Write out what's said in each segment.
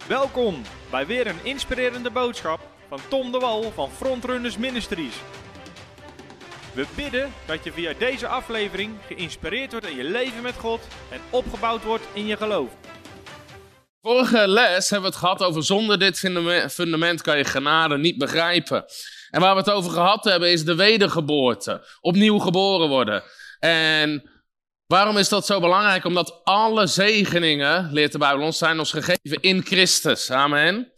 Welkom bij weer een inspirerende boodschap van Tom de Wal van Frontrunners Ministries. We bidden dat je via deze aflevering geïnspireerd wordt in je leven met God en opgebouwd wordt in je geloof. Vorige les hebben we het gehad over zonder dit fundament kan je genade niet begrijpen. En waar we het over gehad hebben is de wedergeboorte, opnieuw geboren worden. En waarom is dat zo belangrijk? Omdat alle zegeningen, leert de Bijbel ons, zijn ons gegeven in Christus. Amen.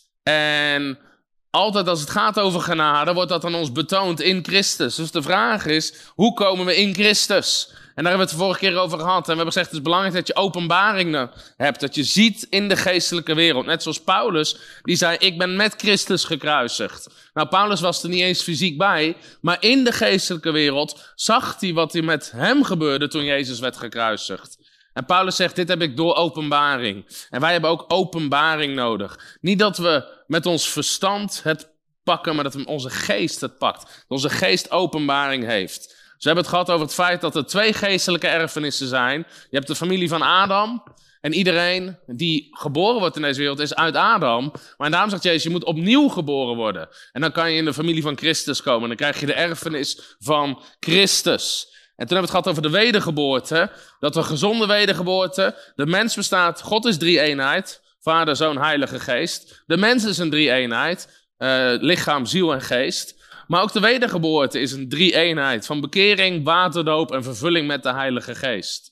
En altijd als het gaat over genade, wordt dat aan ons betoond in Christus. Dus de vraag is, hoe komen we in Christus? En daar hebben we het de vorige keer over gehad. En we hebben gezegd, het is belangrijk dat je openbaringen hebt. Dat je ziet in de geestelijke wereld. Net zoals Paulus, die zei, ik ben met Christus gekruisigd. Nou, Paulus was er niet eens fysiek bij. Maar in de geestelijke wereld zag hij wat er met hem gebeurde toen Jezus werd gekruisigd. En Paulus zegt, dit heb ik door openbaring. En wij hebben ook openbaring nodig. Niet dat we met ons verstand het pakken, maar dat onze geest het pakt. Dat onze geest openbaring heeft. We hebben het gehad over het feit dat er 2 geestelijke erfenissen zijn. Je hebt de familie van Adam. En iedereen die geboren wordt in deze wereld is uit Adam. Maar daarom zegt Jezus, je moet opnieuw geboren worden. En dan kan je in de familie van Christus komen. En dan krijg je de erfenis van Christus. En toen hebben we het gehad over de wedergeboorte. Dat een gezonde wedergeboorte. De mens bestaat, God is 3-eenheid. Vader, Zoon, Heilige Geest. De mens is een 3-eenheid. Lichaam, ziel en geest. Maar ook de wedergeboorte is een 3-eenheid. Van bekering, waterdoop en vervulling met de Heilige Geest.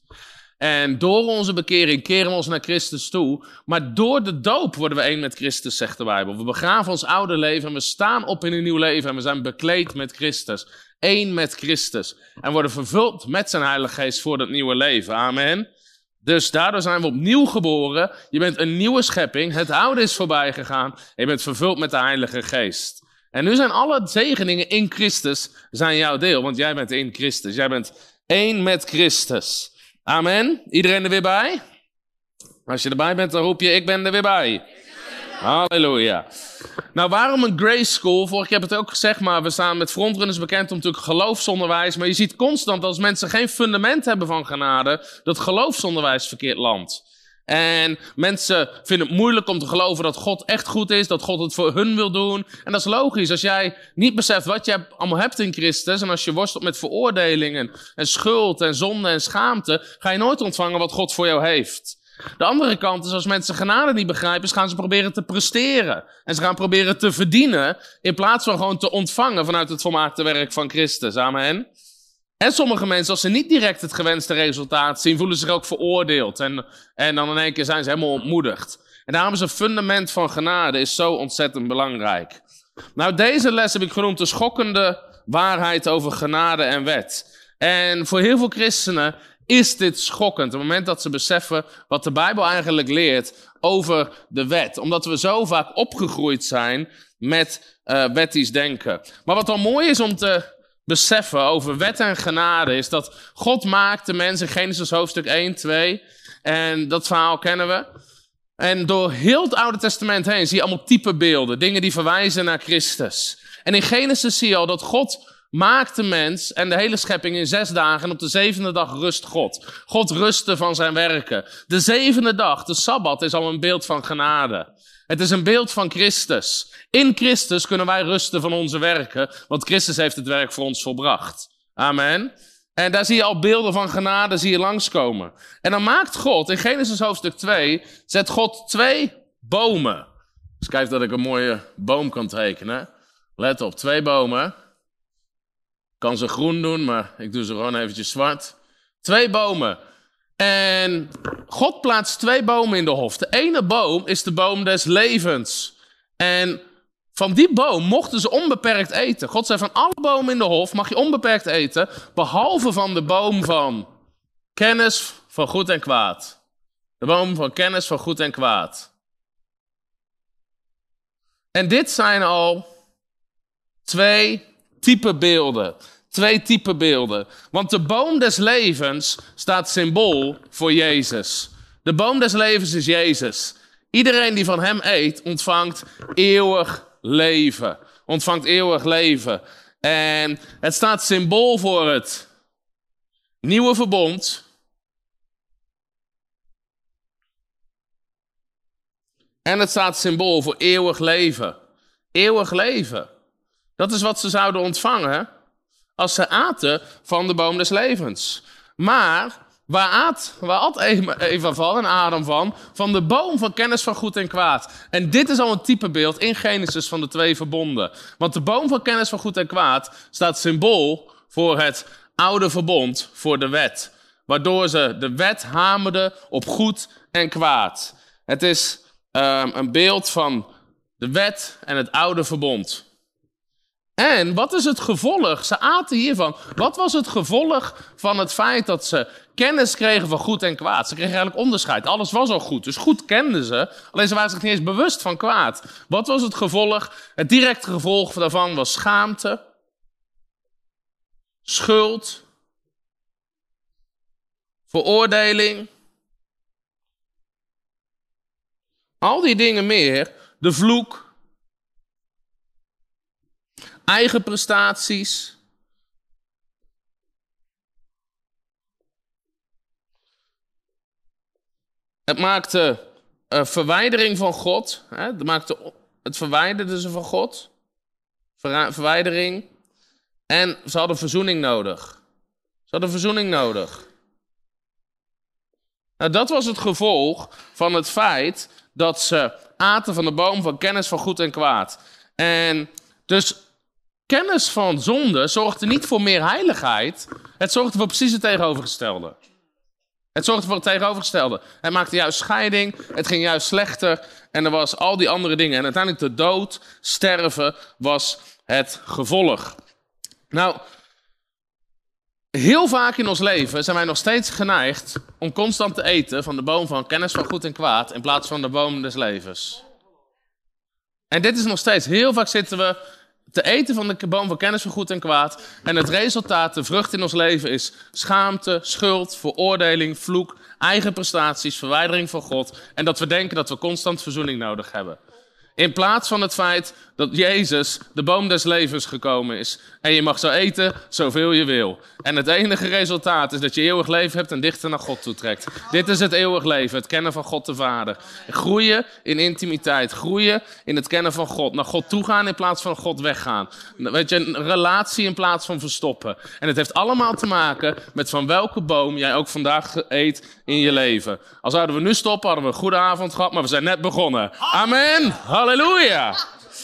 En door onze bekering keren we ons naar Christus toe. Maar door de doop worden we één met Christus, zegt de Bijbel. We begraven ons oude leven en we staan op in een nieuw leven. En we zijn bekleed met Christus. Eén met Christus. En worden vervuld met zijn Heilige Geest voor dat nieuwe leven. Amen. Dus daardoor zijn we opnieuw geboren. Je bent een nieuwe schepping. Het oude is voorbij gegaan. En je bent vervuld met de Heilige Geest. En nu zijn alle zegeningen in Christus zijn jouw deel. Want jij bent in Christus. Jij bent één met Christus. Amen. Iedereen er weer bij? Als je erbij bent, dan roep je, ik ben er weer bij. Halleluja. Nou, waarom een Grace School? Vorige keer heb ik het ook gezegd, maar we staan met Frontrunners bekend om natuurlijk geloofsonderwijs. Maar je ziet constant als mensen geen fundament hebben van genade, dat geloofsonderwijs verkeerd landt. En mensen vinden het moeilijk om te geloven dat God echt goed is, dat God het voor hun wil doen. En dat is logisch. Als jij niet beseft wat je allemaal hebt in Christus, en als je worstelt met veroordelingen en schuld en zonde en schaamte, ga je nooit ontvangen wat God voor jou heeft. De andere kant is, als mensen genade niet begrijpen, gaan ze proberen te presteren. En ze gaan proberen te verdienen, in plaats van gewoon te ontvangen vanuit het volmaakte werk van Christus. Amen. En sommige mensen, als ze niet direct het gewenste resultaat zien, voelen zich ook veroordeeld. En dan in één keer zijn ze helemaal ontmoedigd. En daarom is een fundament van genade is zo ontzettend belangrijk. Nou, deze les heb ik genoemd de schokkende waarheid over genade en wet. En voor heel veel christenen is dit schokkend. Op het moment dat ze beseffen wat de Bijbel eigenlijk leert over de wet. Omdat we zo vaak opgegroeid zijn met wettisch denken. Maar wat dan mooi is om te beseffen over wet en genade is dat God maakte mensen, Genesis hoofdstuk 1, 2. En dat verhaal kennen we. En door heel het Oude Testament heen zie je allemaal typebeelden. Dingen die verwijzen naar Christus. En in Genesis zie je al dat God maakt de mens en de hele schepping in 6 dagen. En op de 7e dag rust God. God rustte van zijn werken. De 7e dag, de Sabbat, is al een beeld van genade. Het is een beeld van Christus. In Christus kunnen wij rusten van onze werken, want Christus heeft het werk voor ons volbracht. Amen. En daar zie je al beelden van genade zie je langskomen. En dan maakt God, in Genesis hoofdstuk 2, zet God 2 bomen. Dus kijk dat ik een mooie boom kan tekenen. Let op, 2 bomen. Ik kan ze groen doen, maar ik doe ze gewoon eventjes zwart. 2 bomen. En God plaatst 2 bomen in de hof. De ene boom is de boom des levens. En van die boom mochten ze onbeperkt eten. God zei, van alle bomen in de hof mag je onbeperkt eten, behalve van de boom van kennis van goed en kwaad. De boom van kennis van goed en kwaad. En dit zijn al 2 typebeelden. 2 typebeelden. Want de boom des levens staat symbool voor Jezus. De boom des levens is Jezus. Iedereen die van hem eet, ontvangt eeuwig leven. Ontvangt eeuwig leven. En het staat symbool voor het nieuwe verbond. En het staat symbool voor eeuwig leven. Eeuwig leven. Dat is wat ze zouden ontvangen als ze aten van de boom des levens. Maar waar at Eva van en Adam van? Van de boom van kennis van goed en kwaad. En dit is al een typebeeld in Genesis van de 2 verbonden. Want de boom van kennis van goed en kwaad staat symbool voor het oude verbond, voor de wet. Waardoor ze de wet hamerden op goed en kwaad. Het is een beeld van de wet en het oude verbond. En wat is het gevolg? Ze aten hiervan. Wat was het gevolg van het feit dat ze kennis kregen van goed en kwaad? Ze kregen eigenlijk onderscheid. Alles was al goed. Dus goed kenden ze. Alleen ze waren zich niet eens bewust van kwaad. Wat was het gevolg? Het directe gevolg daarvan was schaamte, schuld, veroordeling. Al die dingen meer. De vloek. Eigen prestaties. Het maakte verwijdering van God. Het verwijderde ze van God. Verwijdering. En ze hadden verzoening nodig. Nou, dat was het gevolg van het feit dat ze aten van de boom van kennis van goed en kwaad. En dus kennis van zonde zorgde niet voor meer heiligheid. Het zorgde voor precies het tegenovergestelde. Het maakte juist scheiding. Het ging juist slechter. En er was al die andere dingen. En uiteindelijk de dood, sterven, was het gevolg. Nou, heel vaak in ons leven zijn wij nog steeds geneigd om constant te eten van de boom van kennis van goed en kwaad in plaats van de boom des levens. En dit is nog steeds. Heel vaak zitten we te eten van de boom van kennis van goed en kwaad. En het resultaat, de vrucht in ons leven is schaamte, schuld, veroordeling, vloek, eigen prestaties, verwijdering van God. En dat we denken dat we constant verzoening nodig hebben. In plaats van het feit dat Jezus de boom des levens gekomen is. En je mag zo eten zoveel je wil. En het enige resultaat is dat je eeuwig leven hebt en dichter naar God toe trekt. Dit is het eeuwig leven, het kennen van God de Vader. Groeien in intimiteit, groeien in het kennen van God. Naar God toe gaan in plaats van God weggaan. Weet je, een relatie in plaats van verstoppen. En het heeft allemaal te maken met van welke boom jij ook vandaag eet in je leven. Al zouden we nu stoppen, hadden we een goede avond gehad, maar we zijn net begonnen. Amen, halleluja.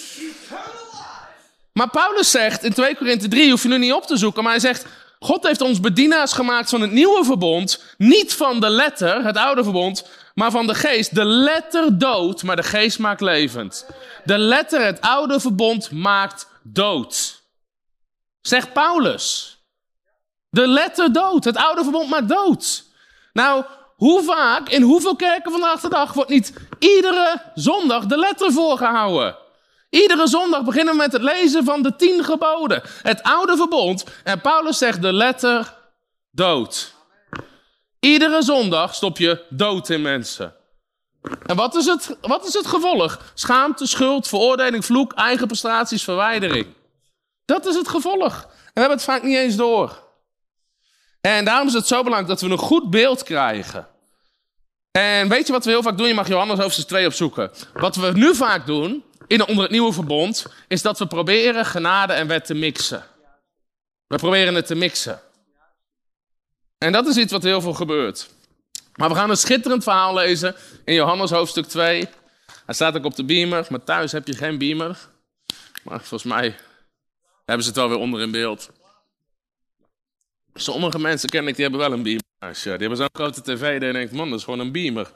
Maar Paulus zegt in 2 Korinthe 3, hoef je nu niet op te zoeken, maar hij zegt, God heeft ons bedienaars gemaakt van het nieuwe verbond, niet van de letter, het oude verbond, maar van de geest. De letter dood, maar de geest maakt levend. De letter, het oude verbond, maakt dood. Zegt Paulus. De letter dood, het oude verbond maakt dood. Nou, hoe vaak, in hoeveel kerken vandaag de dag wordt niet iedere zondag de letter voorgehouden? Iedere zondag beginnen we met het lezen van de 10 geboden. Het oude verbond. En Paulus zegt de letter dood. Iedere zondag stop je dood in mensen. En wat is het gevolg? Schaamte, schuld, veroordeling, vloek, eigen prestaties, verwijdering. Dat is het gevolg. En we hebben het vaak niet eens door. En daarom is het zo belangrijk dat we een goed beeld krijgen. En weet je wat we heel vaak doen? Je mag Johannes hoofdstuk 2 opzoeken. Wat we nu vaak doen, onder het nieuwe verbond, is dat we proberen genade en wet te mixen. We proberen het te mixen. En dat is iets wat heel veel gebeurt. Maar we gaan een schitterend verhaal lezen in Johannes hoofdstuk 2. Hij staat ook op de beamer, maar thuis heb je geen beamer. Maar volgens mij hebben ze het wel weer onder in beeld. Sommige mensen ken ik, die hebben wel een beamer. Die hebben zo'n grote tv dat je denkt, man, dat is gewoon een beamer.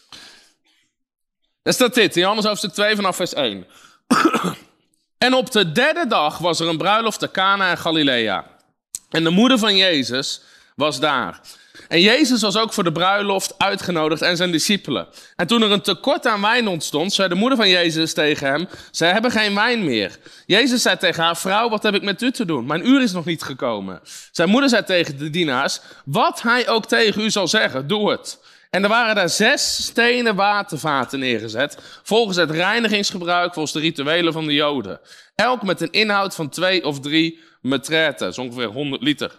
Dan staat dit, in Johannes hoofdstuk 2 vanaf vers 1. En op de 3e dag was er een bruiloft te Cana in Galilea. En de moeder van Jezus was daar. En Jezus was ook voor de bruiloft uitgenodigd en zijn discipelen. En toen er een tekort aan wijn ontstond, zei de moeder van Jezus tegen hem, zij hebben geen wijn meer. Jezus zei tegen haar, vrouw, wat heb ik met u te doen? Mijn uur is nog niet gekomen. Zijn moeder zei tegen de dienaars, wat hij ook tegen u zal zeggen, doe het. En er waren daar 6 stenen watervaten neergezet, volgens het reinigingsgebruik, volgens de rituelen van de Joden. Elk met een inhoud van 2 of 3 metreten, dat is ongeveer 100 liter.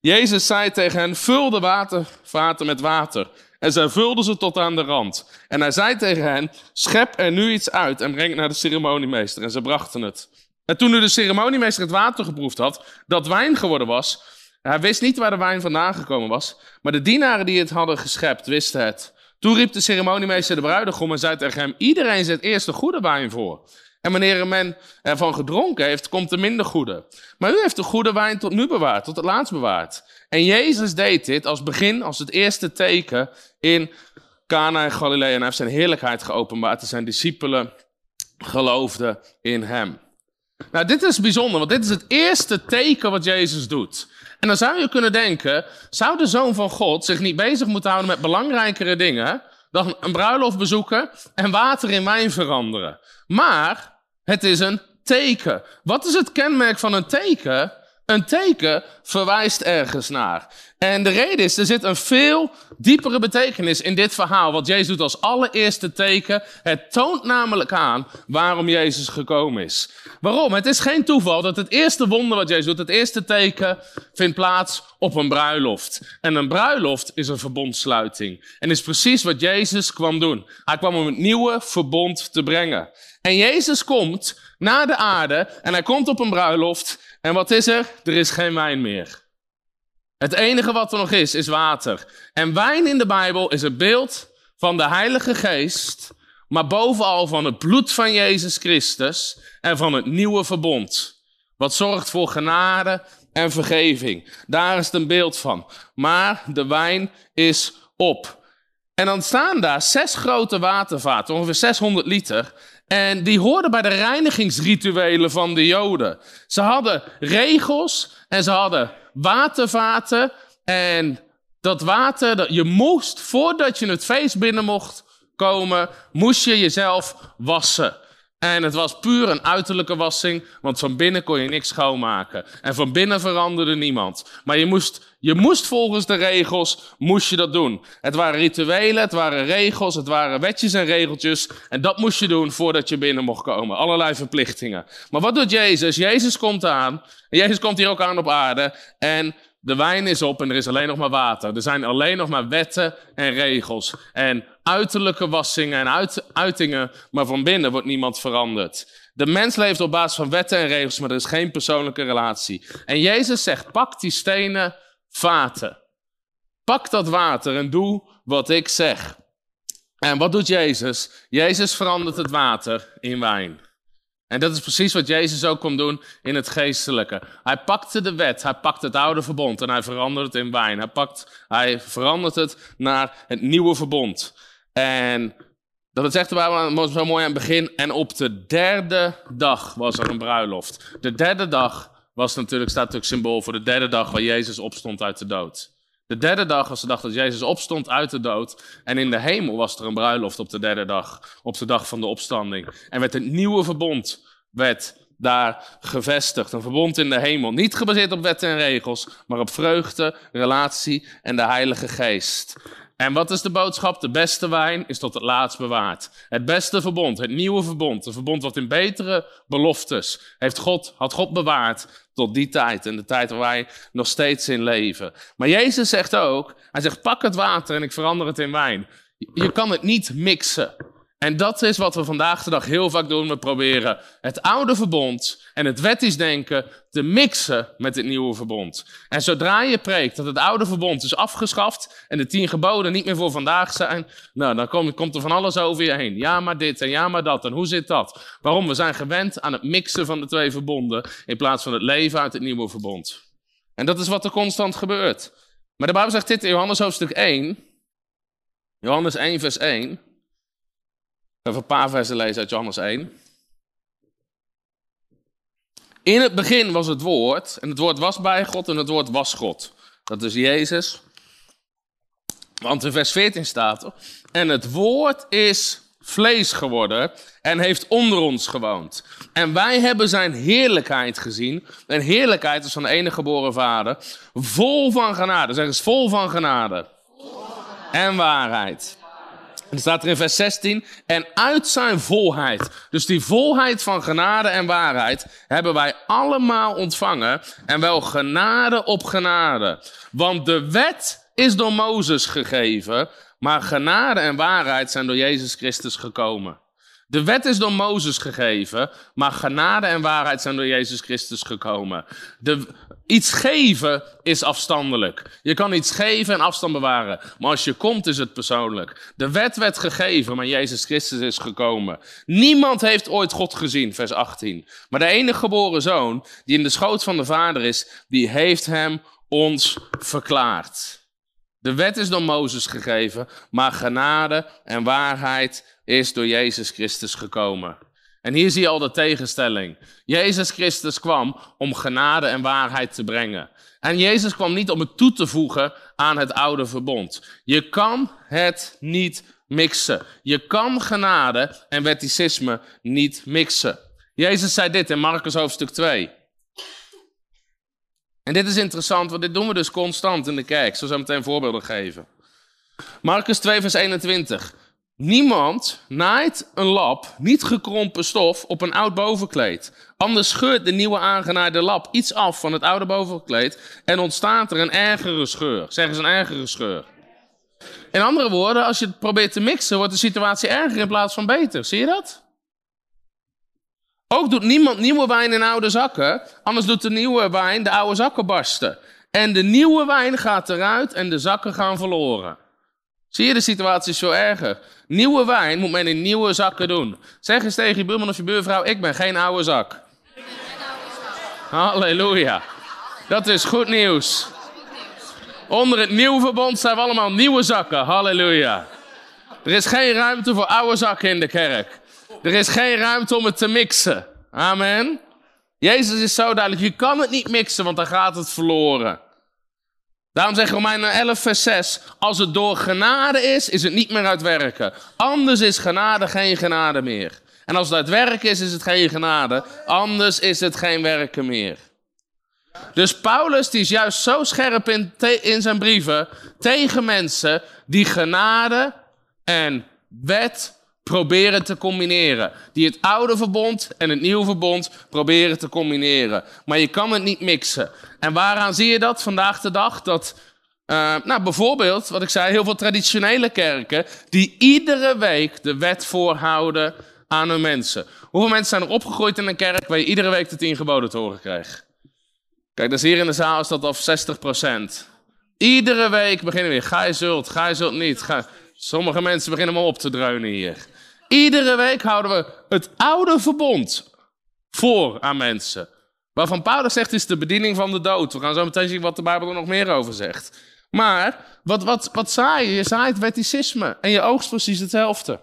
Jezus zei tegen hen, vul de watervaten met water. En zij vulden ze tot aan de rand. En hij zei tegen hen, schep er nu iets uit en breng het naar de ceremoniemeester. En ze brachten het. En toen nu de ceremoniemeester het water geproefd had, dat wijn geworden was, hij wist niet waar de wijn vandaan gekomen was, maar de dienaren die het hadden geschept, wisten het. Toen riep de ceremoniemeester de bruidegom en zei tegen hem, iedereen zet eerst de goede wijn voor. En wanneer men ervan gedronken heeft, komt de minder goede. Maar u heeft de goede wijn tot nu bewaard, tot het laatst bewaard. En Jezus deed dit als begin, als het eerste teken in Cana in Galilea. En hij heeft zijn heerlijkheid geopenbaard en zijn discipelen geloofden in hem. Nou, dit is bijzonder, want dit is het eerste teken wat Jezus doet. En dan zou je kunnen denken, zou de Zoon van God zich niet bezig moeten houden met belangrijkere dingen dan een bruiloft bezoeken en water in wijn veranderen? Maar het is een teken. Wat is het kenmerk van een teken? Een teken verwijst ergens naar. En de reden is, er zit een veel diepere betekenis in dit verhaal, wat Jezus doet als allereerste teken. Het toont namelijk aan waarom Jezus gekomen is. Waarom? Het is geen toeval dat het eerste wonder wat Jezus doet, het eerste teken, vindt plaats op een bruiloft. En een bruiloft is een verbondsluiting. En is precies wat Jezus kwam doen. Hij kwam om het nieuwe verbond te brengen. En Jezus komt naar de aarde en hij komt op een bruiloft. En wat is er? Er is geen wijn meer. Het enige wat er nog is water. En wijn in de Bijbel is een beeld van de Heilige Geest, maar bovenal van het bloed van Jezus Christus en van het nieuwe verbond. Wat zorgt voor genade en vergeving. Daar is het een beeld van. Maar de wijn is op. En dan staan daar 6 grote watervaten, ongeveer 600 liter. En die hoorden bij de reinigingsrituelen van de Joden. Ze hadden regels en ze hadden watervaten. En dat water, je moest, voordat je het feest binnen mocht komen, moest je jezelf wassen. En het was puur een uiterlijke wassing, want van binnen kon je niks schoonmaken. En van binnen veranderde niemand. Maar je moest volgens de regels, moest je dat doen. Het waren rituelen, het waren regels, het waren wetjes en regeltjes. En dat moest je doen voordat je binnen mocht komen. Allerlei verplichtingen. Maar wat doet Jezus? Jezus komt aan. En Jezus komt hier ook aan op aarde. En de wijn is op en er is alleen nog maar water. Er zijn alleen nog maar wetten en regels. En uiterlijke wassingen en uitingen, maar van binnen wordt niemand veranderd. De mens leeft op basis van wetten en regels, maar er is geen persoonlijke relatie. En Jezus zegt, pak die stenen vaten. Pak dat water en doe wat ik zeg. En wat doet Jezus? Jezus verandert het water in wijn. En dat is precies wat Jezus ook kon doen in het geestelijke. Hij pakte de wet, hij pakte het oude verbond en hij veranderde het in wijn. Hij verandert het naar het nieuwe verbond. En dat zegt de Bijbel zo mooi aan het begin. En op de 3e dag was er een bruiloft. De 3e dag staat natuurlijk symbool voor de 3e dag waar Jezus opstond uit de dood. De 3e dag was de dag dat Jezus opstond uit de dood. En in de hemel was er een bruiloft op de 3e dag. Op de dag van de opstanding. En werd het nieuwe verbond daar gevestigd. Een verbond in de hemel. Niet gebaseerd op wetten en regels. Maar op vreugde, relatie en de Heilige Geest. En wat is de boodschap? De beste wijn is tot het laatst bewaard. Het beste verbond, het nieuwe verbond. Een verbond wat in betere beloftes had God bewaard tot die tijd. En de tijd waar wij nog steeds in leven. Maar Jezus zegt ook, hij zegt pak het water en ik verander het in wijn. Je kan het niet mixen. En dat is wat we vandaag de dag heel vaak doen. We proberen het oude verbond en het wettisch denken te mixen met het nieuwe verbond. En zodra je preekt dat het oude verbond is afgeschaft en de 10 geboden niet meer voor vandaag zijn, nou, dan komt er van alles over je heen. Ja, maar dit en ja, maar dat. En hoe zit dat? Waarom? We zijn gewend aan het mixen van de 2 verbonden in plaats van het leven uit het nieuwe verbond. En dat is wat er constant gebeurt. Maar de Bijbel zegt dit in Johannes hoofdstuk 1. Johannes 1 vers 1. Even een paar versen lezen uit Johannes 1. In het begin was het woord, en het woord was bij God en het woord was God. Dat is Jezus. Want in vers 14 staat er, en het woord is vlees geworden en heeft onder ons gewoond. En wij hebben zijn heerlijkheid gezien. En heerlijkheid is van de enige geboren Vader. Vol van genade, zeg eens vol van genade. En waarheid. En staat er in vers 16, en uit zijn volheid, dus die volheid van genade en waarheid, hebben wij allemaal ontvangen, en wel genade op genade. Want de wet is door Mozes gegeven, maar genade en waarheid zijn door Jezus Christus gekomen. De wet is door Mozes gegeven, maar genade en waarheid zijn door Jezus Christus gekomen. Iets geven is afstandelijk. Je kan iets geven en afstand bewaren, maar als je komt is het persoonlijk. De wet werd gegeven, maar Jezus Christus is gekomen. Niemand heeft ooit God gezien, vers 18. Maar de enige geboren zoon, die in de schoot van de Vader is, die heeft hem ons verklaard. De wet is door Mozes gegeven, maar genade en waarheid is door Jezus Christus gekomen. En hier zie je al de tegenstelling. Jezus Christus kwam om genade en waarheid te brengen. En Jezus kwam niet om het toe te voegen aan het oude verbond. Je kan het niet mixen. Je kan genade en wetticisme niet mixen. Jezus zei dit in Marcus hoofdstuk 2. En dit is interessant, want dit doen we dus constant in de kerk. Ik zal zo meteen voorbeelden geven. Marcus 2 vers 21. Niemand naait een lap, niet gekrompen stof, op een oud bovenkleed. Anders scheurt de nieuwe aangenaaide lap iets af van het oude bovenkleed en ontstaat er een ergere scheur. Zeg eens een ergere scheur. In andere woorden, als je het probeert te mixen, wordt de situatie erger in plaats van beter. Zie je dat? Ook doet niemand nieuwe wijn in oude zakken, anders doet de nieuwe wijn de oude zakken barsten. En de nieuwe wijn gaat eruit en de zakken gaan verloren. Zie je, de situatie is veel erger. Nieuwe wijn moet men in nieuwe zakken doen. Zeg eens tegen je buurman of je buurvrouw, ik ben geen oude zak. Halleluja. Dat is goed nieuws. Onder het nieuwe verbond zijn we allemaal nieuwe zakken. Halleluja. Er is geen ruimte voor oude zakken in de kerk. Er is geen ruimte om het te mixen. Amen. Jezus is zo duidelijk. Je kan het niet mixen, want dan gaat het verloren. Daarom zegt Romeinen 11 vers 6. Als het door genade is het niet meer uit werken. Anders is genade geen genade meer. En als het uit werken is het geen genade. Anders is het geen werken meer. Dus Paulus die is juist zo scherp in zijn brieven tegen mensen die genade en wet proberen te combineren. Die het oude verbond en het nieuwe verbond proberen te combineren. Maar je kan het niet mixen. En waaraan zie je dat vandaag de dag? Dat bijvoorbeeld, wat ik zei, heel veel traditionele kerken die iedere week de wet voorhouden aan hun mensen. Hoeveel mensen zijn er opgegroeid in een kerk waar je iedere week de 10 geboden te horen krijgt? Kijk, dus hier in de zaal is dat al 60%. Iedere week beginnen we weer. Ga je zult niet. Sommige mensen beginnen maar op te dreunen hier. Iedere week houden we het oude verbond voor aan mensen. Waarvan Paulus zegt is de bediening van de dood. We gaan zo meteen zien wat de Bijbel er nog meer over zegt. Maar wat zaai je? Je zaait wetticisme. En je oogst precies hetzelfde.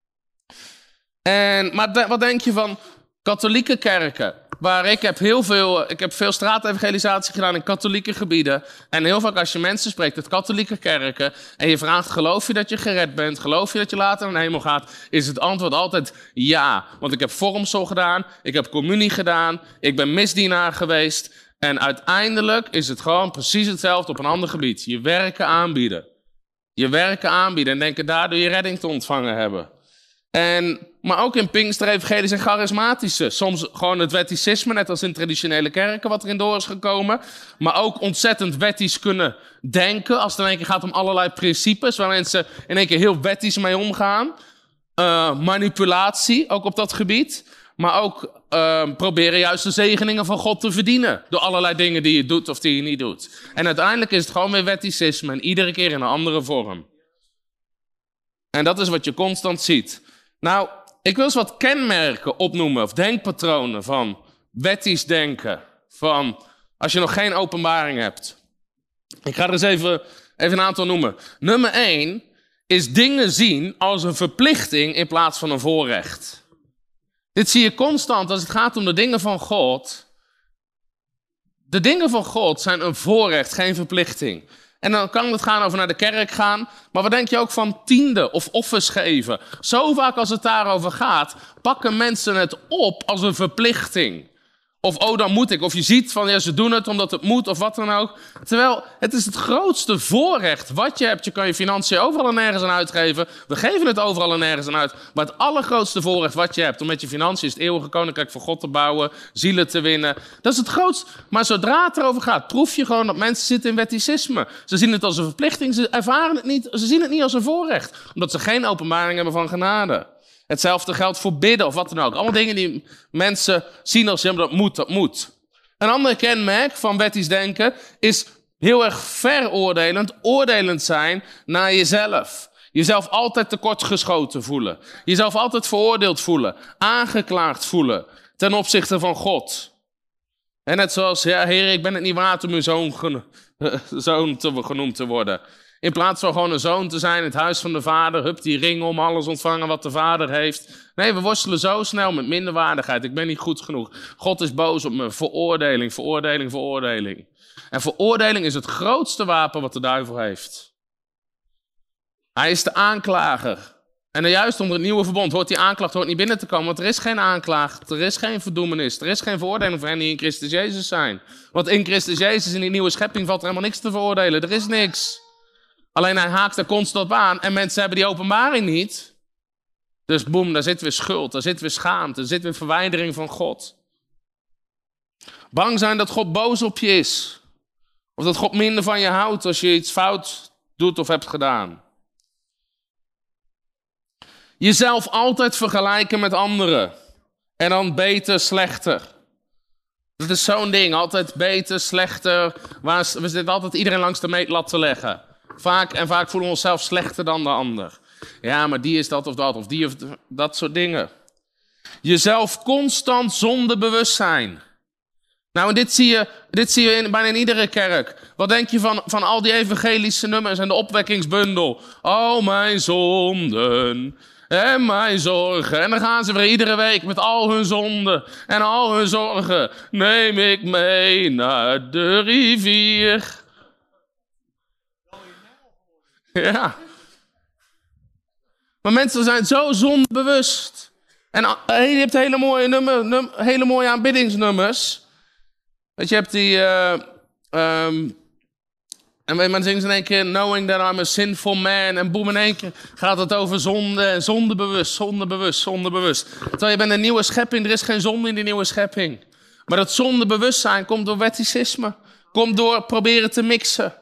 Maar wat denk je van katholieke kerken? Waar ik heb veel straatevangelisatie gedaan in katholieke gebieden. En heel vaak als je mensen spreekt uit katholieke kerken en je vraagt, geloof je dat je gered bent? Geloof je dat je later naar de hemel gaat? Is het antwoord altijd ja. Want ik heb vormsel gedaan, ik heb communie gedaan, ik ben misdienaar geweest. En uiteindelijk is het gewoon precies hetzelfde op een ander gebied. Je werken aanbieden. Je werken aanbieden en denken daardoor je redding te ontvangen hebben. Maar ook in Pinkster-evangelische en charismatische. Soms gewoon het wetticisme, net als in traditionele kerken, wat erin door is gekomen. Maar ook ontzettend wettisch kunnen denken. Als het in één keer gaat om allerlei principes, waar mensen in één keer heel wettisch mee omgaan. Manipulatie, ook op dat gebied. Maar ook proberen juist de zegeningen van God te verdienen. Door allerlei dingen die je doet of die je niet doet. En uiteindelijk is het gewoon weer wetticisme. En iedere keer in een andere vorm. En dat is wat je constant ziet. Nou, ik wil eens wat kenmerken opnoemen, of denkpatronen van wettisch denken. Van als je nog geen openbaring hebt. Ik ga er eens even een aantal noemen. Nummer 1 is dingen zien als een verplichting in plaats van een voorrecht. Dit zie je constant als het gaat om de dingen van God. De dingen van God zijn een voorrecht, geen verplichting. En dan kan het gaan over naar de kerk gaan. Maar wat denk je ook van tiende of offers geven? Zo vaak als het daarover gaat, pakken mensen het op als een verplichting. Of oh, dan moet ik. Of je ziet van, ja, ze doen het omdat het moet of wat dan ook. Terwijl het is het grootste voorrecht wat je hebt. Je kan je financiën overal en nergens aan uitgeven. We geven het overal en nergens aan uit. Maar het allergrootste voorrecht wat je hebt om met je financiën het eeuwige koninkrijk voor God te bouwen, zielen te winnen. Dat is het grootste. Maar zodra het erover gaat, proef je gewoon dat mensen zitten in wetticisme. Ze zien het als een verplichting, ze ervaren het niet, ze zien het niet als een voorrecht. Omdat ze geen openbaring hebben van genade. Hetzelfde geldt voor bidden of wat dan ook. Allemaal dingen die mensen zien als, ja, dat moet. Een ander kenmerk van wettisch denken is heel erg veroordelend, oordelend zijn naar jezelf. Jezelf altijd tekortgeschoten voelen. Jezelf altijd veroordeeld voelen. Aangeklaagd voelen ten opzichte van God. En net zoals, ja, Heer, ik ben het niet waard om uw zoon genoemd te worden. In plaats van gewoon een zoon te zijn in het huis van de vader. Hup, die ring om, alles ontvangen wat de vader heeft. Nee, we worstelen zo snel met minderwaardigheid. Ik ben niet goed genoeg. God is boos op me. Veroordeling. En veroordeling is het grootste wapen wat de duivel heeft. Hij is de aanklager. En juist onder het nieuwe verbond hoort die aanklacht niet binnen te komen. Want er is geen aanklacht, er is geen verdoemenis, er is geen veroordeling voor hen die in Christus Jezus zijn. Want in Christus Jezus, in die nieuwe schepping, valt er helemaal niks te veroordelen. Er is niks. Alleen hij haakt er constant op aan en mensen hebben die openbaring niet. Dus boem, daar zit weer schuld, daar zit weer schaamte, daar zit weer verwijdering van God. Bang zijn dat God boos op je is. Of dat God minder van je houdt als je iets fout doet of hebt gedaan. Jezelf altijd vergelijken met anderen. En dan beter, slechter. Dat is zo'n ding, altijd beter, slechter. We zitten altijd iedereen langs de meetlat te leggen. Vaak voelen we onszelf slechter dan de ander. Ja, maar die is dat of dat, of die of dat soort dingen. Jezelf constant zonder bewustzijn. Nou, en dit zie je bijna in iedere kerk. Wat denk je van al die evangelische nummers en de opwekkingsbundel? Oh, mijn zonden en mijn zorgen. En dan gaan ze weer iedere week met al hun zonden en al hun zorgen. Neem ik mee naar de rivier. Ja. Maar mensen zijn zo zondebewust. En je hebt hele mooie aanbiddingsnummers. Weet je, je hebt die... en dan zingen ze in één keer... Knowing that I'm a sinful man. En boem, in één keer gaat het over zonde. En zondebewust. Terwijl je bent een nieuwe schepping. Er is geen zonde in die nieuwe schepping. Maar dat zondebewustzijn komt door wetticisme. Komt door proberen te mixen.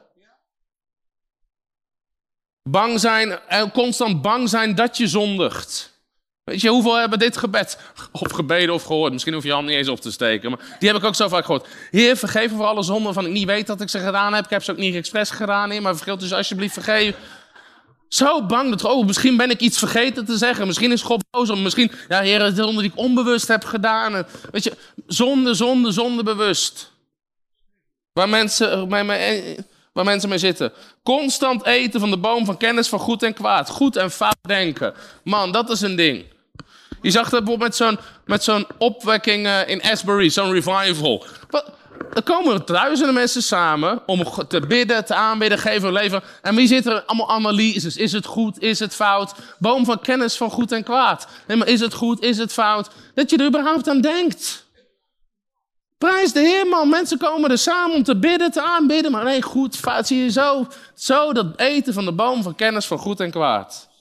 Bang zijn, constant bang zijn dat je zondigt. Weet je, hoeveel hebben dit gebed of gebeden of gehoord? Misschien hoef je hand niet eens op te steken, maar die heb ik ook zo vaak gehoord. Heer, vergeef me voor alle zonden van ik niet weet dat ik ze gedaan heb. Ik heb ze ook niet expres gedaan, Heer, maar vergeef dus alsjeblieft vergeven. Zo bang dat, misschien ben ik iets vergeten te zeggen. Misschien is God boos op me. Misschien, ja Heer, het is zonde die ik onbewust heb gedaan. En, weet je, zonde bewust. Waar mensen mee zitten. Constant eten van de boom van kennis van goed en kwaad. Goed en fout denken. Man, dat is een ding. Je zag dat bijvoorbeeld met zo'n opwekking in Asbury, zo'n revival. Er komen duizenden mensen samen om te bidden, te aanbidden, geven hun leven. En wie zit er? Allemaal analyses. Is het goed? Is het fout? Boom van kennis van goed en kwaad. Nee, maar is het goed? Is het fout? Dat je er überhaupt aan denkt. Prijs de Heer, man. Mensen komen er samen om te bidden, te aanbidden. Maar nee, goed, fout. Zie je zo dat eten van de boom van kennis van goed en kwaad.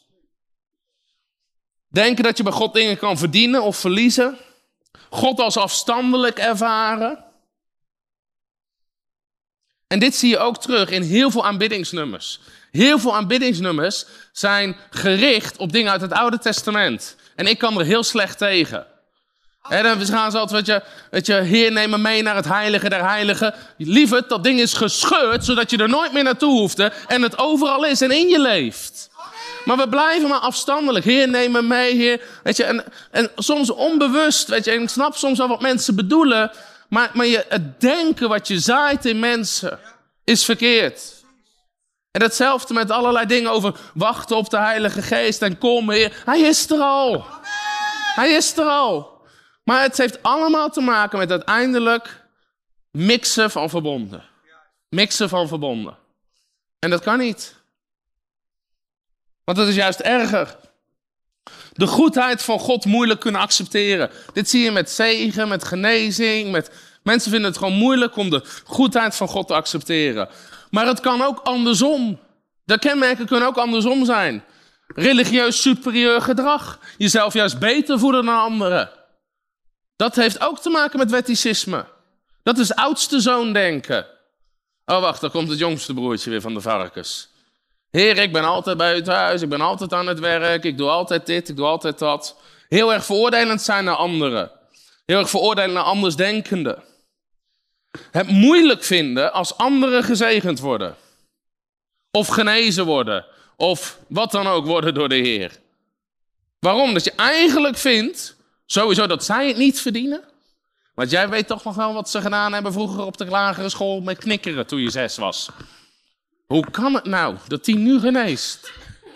Denken dat je bij God dingen kan verdienen of verliezen. God als afstandelijk ervaren. En dit zie je ook terug in heel veel aanbiddingsnummers. Heel veel aanbiddingsnummers zijn gericht op dingen uit het Oude Testament. En ik kan er heel slecht tegen. En dan gaan ze altijd, weet je, Heer, neem me mee naar het heilige der heiligen. Lieverd, dat ding is gescheurd, zodat je er nooit meer naartoe hoefde. En het overal is en in je leeft. Maar we blijven maar afstandelijk. Heer, neem me mee, Heer. Weet je, en soms onbewust, weet je, en ik snap soms wel wat mensen bedoelen. Maar het denken wat je zaait in mensen is verkeerd. En hetzelfde met allerlei dingen over wachten op de Heilige Geest en kom, Heer. Hij is er al. Hij is er al. Maar het heeft allemaal te maken met uiteindelijk mixen van verbonden. Mixen van verbonden. En dat kan niet. Want dat is juist erger. de goedheid van God moeilijk kunnen accepteren. Dit zie je met zegen, met genezing. Mensen vinden het gewoon moeilijk om de goedheid van God te accepteren. Maar het kan ook andersom. De kenmerken kunnen ook andersom zijn. Religieus superieur gedrag. Jezelf juist beter voelen dan anderen. Dat heeft ook te maken met wetticisme. Dat is oudste zoon denken. Oh wacht, daar komt het jongste broertje weer van de varkens. Heer, ik ben altijd buiten huis, ik ben altijd aan het werk, ik doe altijd dit, ik doe altijd dat. Heel erg veroordelend zijn naar anderen. Heel erg veroordelend naar andersdenkenden. Het moeilijk vinden als anderen gezegend worden. Of genezen worden. Of wat dan ook worden door de Heer. Waarom? Dat je eigenlijk vindt, sowieso dat zij het niet verdienen. Want jij weet toch nog wel wat ze gedaan hebben vroeger op de lagere school met knikkeren toen je 6 was. Hoe kan het nou dat die nu geneest?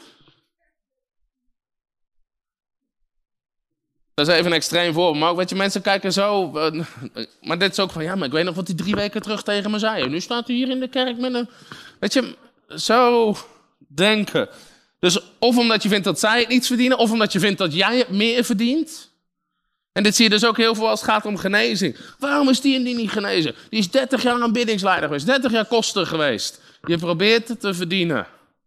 Dat is even een extreem voorbeeld. Maar ook, weet je, mensen kijken zo. Maar dit is ook van, ja, maar ik weet nog wat hij 3 weken terug tegen me zei. En nu staat hij hier in de kerk met een... Weet je, zo denken. Dus of omdat je vindt dat zij het niet verdienen, of omdat je vindt dat jij het meer verdient. En dit zie je dus ook heel veel als het gaat om genezing. Waarom is die en die niet genezen? Die is 30 jaar aanbiddingsleider geweest, 30 jaar koster geweest. Je probeert het te verdienen.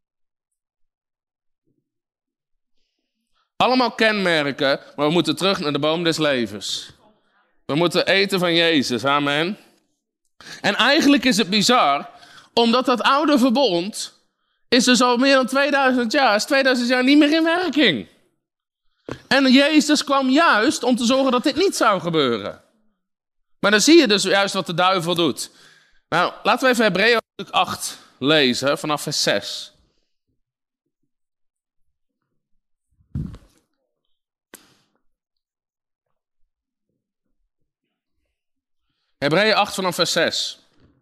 Allemaal kenmerken, maar we moeten terug naar de boom des levens. We moeten eten van Jezus, amen. En eigenlijk is het bizar, omdat dat oude verbond is dus al meer dan 2000 jaar, is 2000 jaar niet meer in werking. En Jezus kwam juist om te zorgen dat dit niet zou gebeuren. Maar dan zie je dus juist wat de duivel doet. Nou, laten we even Hebreeën 8 lezen, vanaf vers 6. Hebreeën 8 vanaf vers 6.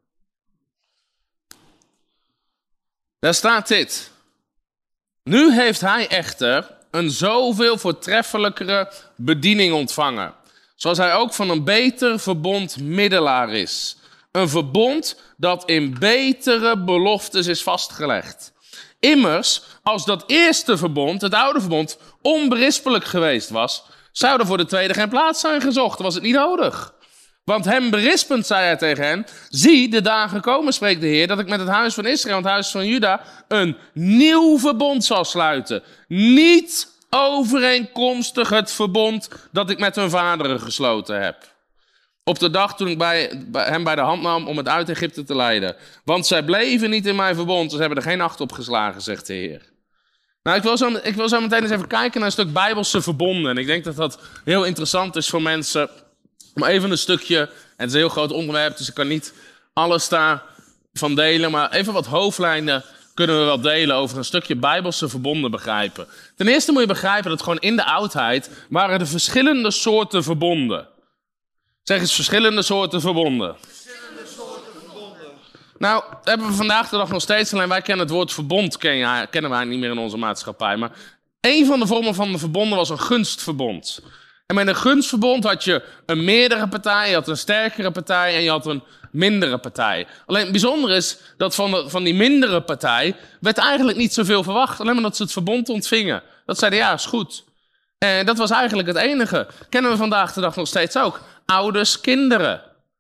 Daar staat dit. Nu heeft hij echter een zoveel voortreffelijkere bediening ontvangen. Zoals hij ook van een beter verbond middelaar is. Een verbond dat in betere beloftes is vastgelegd. Immers, als dat eerste verbond, het oude verbond, onberispelijk geweest was, zou er voor de tweede geen plaats zijn gezocht. Was het niet nodig. Want hem berispend zei hij tegen hen, zie, de dagen komen, spreekt de Heer, dat ik met het huis van Israël en het huis van Juda een nieuw verbond zal sluiten. Niet overeenkomstig het verbond dat ik met hun vaderen gesloten heb. Op de dag toen ik hem bij de hand nam om het uit Egypte te leiden. Want zij bleven niet in mijn verbond, dus hebben er geen acht op geslagen, zegt de Heer. Nou, ik wil zo meteen eens even kijken naar een stuk Bijbelse verbonden. En ik denk dat dat heel interessant is voor mensen. Maar even een stukje, en het is een heel groot onderwerp, dus ik kan niet alles daarvan delen. Maar even wat hoofdlijnen kunnen we wel delen over een stukje Bijbelse verbonden begrijpen. Ten eerste moet je begrijpen dat gewoon in de oudheid waren er verschillende soorten verbonden. Zeg eens verschillende soorten verbonden. Verschillende soorten verbonden. Nou, hebben we vandaag de dag nog steeds, alleen wij kennen het woord verbond, kennen wij niet meer in onze maatschappij. Maar een van de vormen van de verbonden was een gunstverbond. En met een gunstverbond had je een meerdere partij, je had een sterkere partij en je had een mindere partij. Alleen het bijzondere is dat van die mindere partij werd eigenlijk niet zoveel verwacht. Alleen maar dat ze het verbond ontvingen. Dat zeiden ja, is goed. En dat was eigenlijk het enige. Kennen we vandaag de dag nog steeds ook. Ouders, kinderen.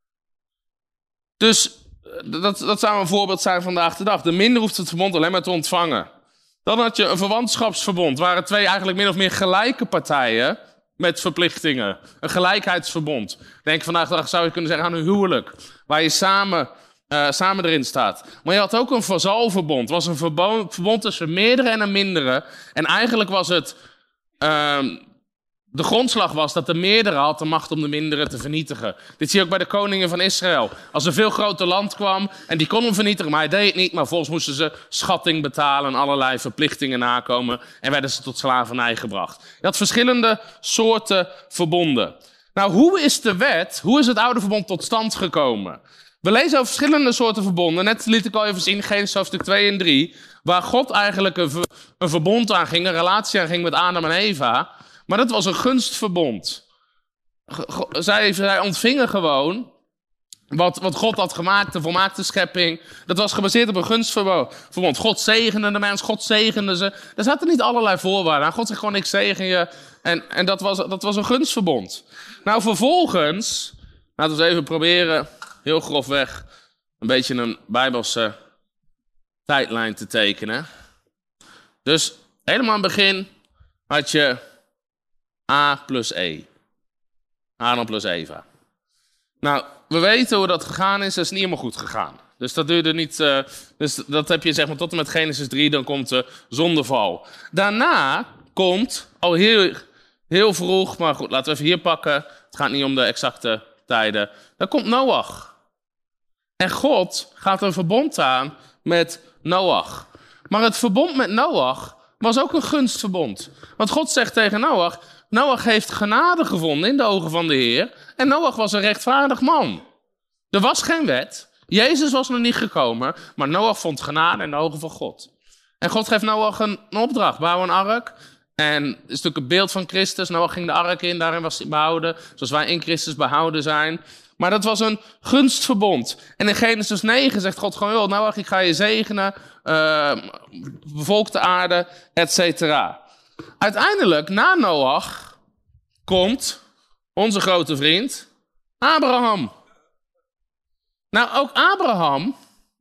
Dus dat zou een voorbeeld zijn vandaag de dag. De minder hoeft het verbond alleen maar te ontvangen. Dan had je een verwantschapsverbond. Waren 2 eigenlijk min of meer gelijke partijen met verplichtingen. Een gelijkheidsverbond. Denk vandaag de dag zou je kunnen zeggen aan een huwelijk. Waar je samen erin staat. Maar je had ook een vazalverbond. Het was een verbond tussen meerdere en een mindere. En eigenlijk was het de grondslag was dat de meerdere had de macht om de mindere te vernietigen. Dit zie je ook bij de koningen van Israël. Als een veel groter land kwam en die kon hem vernietigen, maar hij deed het niet. Maar volgens moesten ze schatting betalen en allerlei verplichtingen nakomen. En werden ze tot slavernij gebracht. Je had verschillende soorten verbonden. Nou, hoe is het oude verbond tot stand gekomen? We lezen over verschillende soorten verbonden. Net liet ik al even zien, Genesis hoofdstuk 2 en 3. Waar God eigenlijk een verbond aanging, een relatie aanging met Adam en Eva. Maar dat was een gunstverbond. Zij ontvingen gewoon wat God had gemaakt, de volmaakte schepping, dat was gebaseerd op een gunstverbond. God zegende de mens, God zegende ze. Er zaten niet allerlei voorwaarden aan. God zegt gewoon, ik zegen je. En dat was een gunstverbond. Nou, vervolgens, laten we eens even proberen, heel grofweg, een beetje een Bijbelse tijdlijn te tekenen. Dus helemaal aan het begin had je A plus E. Adam plus Eva. Nou, we weten hoe dat gegaan is. Dat is niet helemaal goed gegaan. Dus dat duurde niet. Dus dat heb je zeg maar tot en met Genesis 3. Dan komt de zondeval. Daarna komt al heel vroeg. Maar goed, laten we even hier pakken. Het gaat niet om de exacte tijden. Dan komt Noach. En God gaat een verbond aan met Noach. Maar het verbond met Noach was ook een gunstverbond. Want God zegt tegen Noach: Noach heeft genade gevonden in de ogen van de Heer. En Noach was een rechtvaardig man. Er was geen wet. Jezus was nog niet gekomen. Maar Noach vond genade in de ogen van God. En God geeft Noach een opdracht. Bouw een ark. En het is natuurlijk een beeld van Christus. Noach ging de ark in. Daarin was hij behouden. Zoals wij in Christus behouden zijn. Maar dat was een gunstverbond. En in Genesis 9 zegt God gewoon: joh, Noach, ik ga je zegenen. Bevolk de aarde, et cetera. Uiteindelijk, na Noach, komt onze grote vriend Abraham. Nou, ook Abraham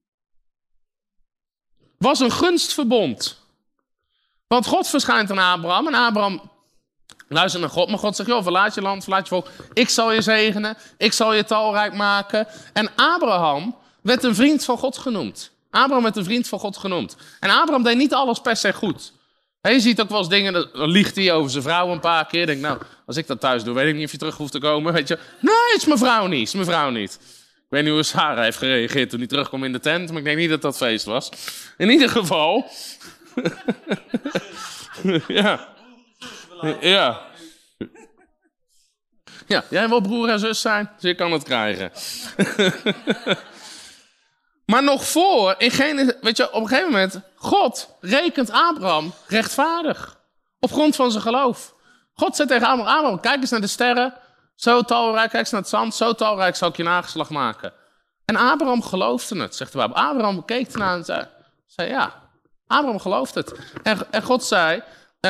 was een gunstverbond. Want God verschijnt aan Abraham en Abraham luistert naar God. Maar God zegt: joh, verlaat je land, verlaat je volk. Ik zal je zegenen, ik zal je talrijk maken. En Abraham werd een vriend van God genoemd. Abraham werd een vriend van God genoemd. En Abraham deed niet alles per se goed. En je ziet ook wel eens dingen, dan liegt hij over zijn vrouw een paar keer. Denk, nou, als ik dat thuis doe, weet ik niet of je terug hoeft te komen. Weet je, nee, het is mijn vrouw niet, het is mijn vrouw niet. Ik weet niet hoe Sarah heeft gereageerd toen hij terugkwam in de tent, maar ik denk niet dat dat feest was. In ieder geval. Ja. Ja. Ja, jij wil broer en zus zijn, dus je kan het krijgen. Maar nog voor, weet je, op een gegeven moment, God rekent Abraham rechtvaardig. Op grond van zijn geloof. God zegt tegen Abraham: kijk eens naar de sterren. Zo talrijk, kijk eens naar het zand. Zo talrijk zal ik je nageslacht maken. En Abraham geloofde het, zegt de Bijbel. Abraham keek ernaar en zei ja. Abraham gelooft het. En God zei,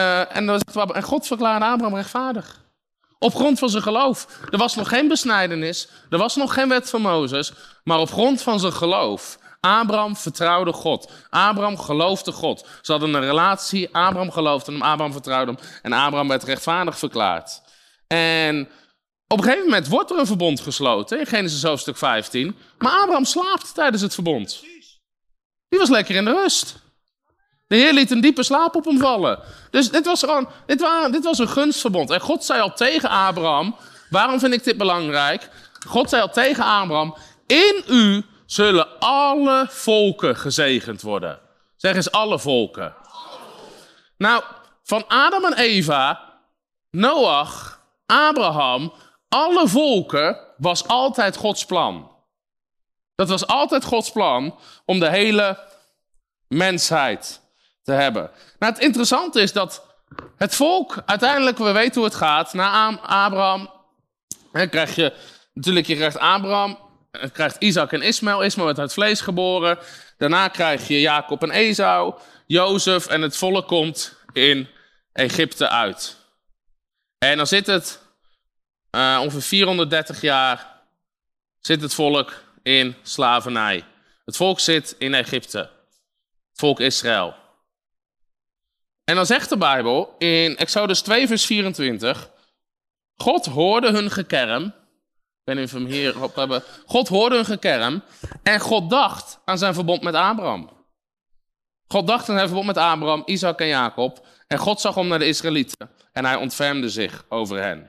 en God verklaarde Abraham rechtvaardig. Op grond van zijn geloof. Er was nog geen besnijdenis. Er was nog geen wet van Mozes. Maar op grond van zijn geloof. Abraham vertrouwde God. Abraham geloofde God. Ze hadden een relatie. Abraham geloofde hem. Abraham vertrouwde hem. En Abraham werd rechtvaardig verklaard. En op een gegeven moment wordt er een verbond gesloten. In Genesis hoofdstuk 15. Maar Abraham slaapt tijdens het verbond. Die was lekker in de rust. De Heer liet een diepe slaap op hem vallen. Dus dit was een gunstverbond. En God zei al tegen Abraham: waarom vind ik dit belangrijk? God zei al tegen Abraham: in u zullen alle volken gezegend worden. Zeg eens alle volken. Nou, van Adam en Eva, Noach, Abraham, alle volken was altijd Gods plan. Dat was altijd Gods plan om de hele mensheid te hebben. Nou, het interessante is dat het volk, uiteindelijk, we weten hoe het gaat. Na Abraham krijg je Abraham, krijgt Isaac en Ismaël. Ismaël werd uit vlees geboren. Daarna krijg je Jacob en Esau, Jozef en het volk komt in Egypte uit. En dan zit het ongeveer 430 jaar zit het volk in slavernij. Het volk zit in Egypte. Het volk Israël. En dan zegt de Bijbel in Exodus 2 vers 24. God hoorde hun gekerm. Ik weet niet of we hem hier op hebben. God hoorde hun gekerm. En God dacht aan zijn verbond met Abraham. God dacht aan zijn verbond met Abraham, Isaac en Jacob. En God zag om naar de Israëlieten. En hij ontfermde zich over hen.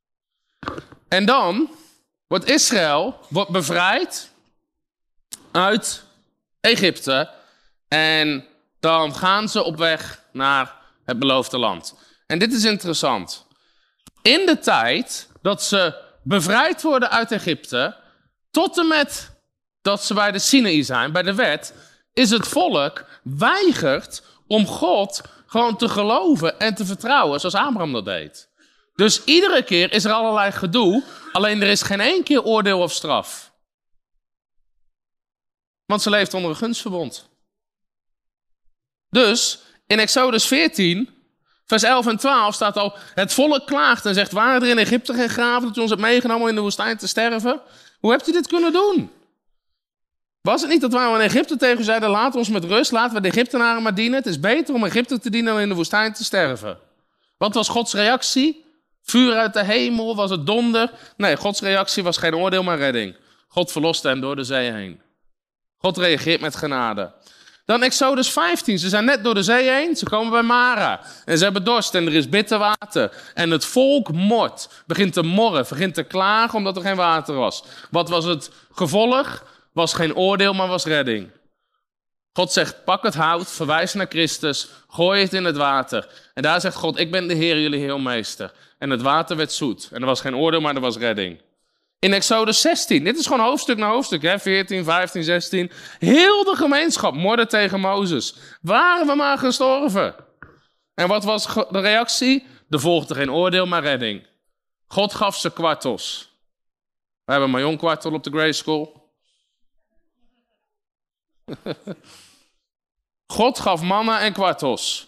En dan wordt Israël bevrijd uit Egypte. En dan gaan ze op weg naar het beloofde land. En dit is interessant. In de tijd dat ze bevrijd worden uit Egypte, tot en met dat ze bij de Sinaï zijn, bij de wet, is het volk weigert om God gewoon te geloven en te vertrouwen zoals Abraham dat deed. Dus iedere keer is er allerlei gedoe, alleen er is geen één keer oordeel of straf. Want ze leeft onder een gunstverbond. Dus in Exodus 14, vers 11 en 12 staat al: het volk klaagt en zegt: waren er in Egypte geen graven dat u ons hebt meegenomen in de woestijn te sterven? Hoe hebt u dit kunnen doen? Was het niet dat we in Egypte tegen u zeiden: laat ons met rust, laten we de Egyptenaren maar dienen? Het is beter om Egypte te dienen dan in de woestijn te sterven. Wat was Gods reactie? Vuur uit de hemel? Was het donder? Nee, Gods reactie was geen oordeel, maar redding. God verloste hen door de zee heen. God reageert met genade. Dan Exodus 15. Ze zijn net door de zee heen. Ze komen bij Mara. En ze hebben dorst en er is bitter water. En het volk mort. Begint te morren. Begint te klagen omdat er geen water was. Wat was het gevolg? Was geen oordeel, maar was redding. God zegt: pak het hout, verwijs naar Christus, gooi het in het water. En daar zegt God: ik ben de Heer, jullie heelmeester. En het water werd zoet. En er was geen oordeel, maar er was redding. In Exodus 16, dit is gewoon hoofdstuk na hoofdstuk, hè? 14, 15, 16. Heel de gemeenschap morde tegen Mozes. Waren we maar gestorven. En wat was de reactie? Er volgde geen oordeel, maar redding. God gaf ze kwartels. We hebben een majonkwartel op de Grace School. God gaf manna en kwartels.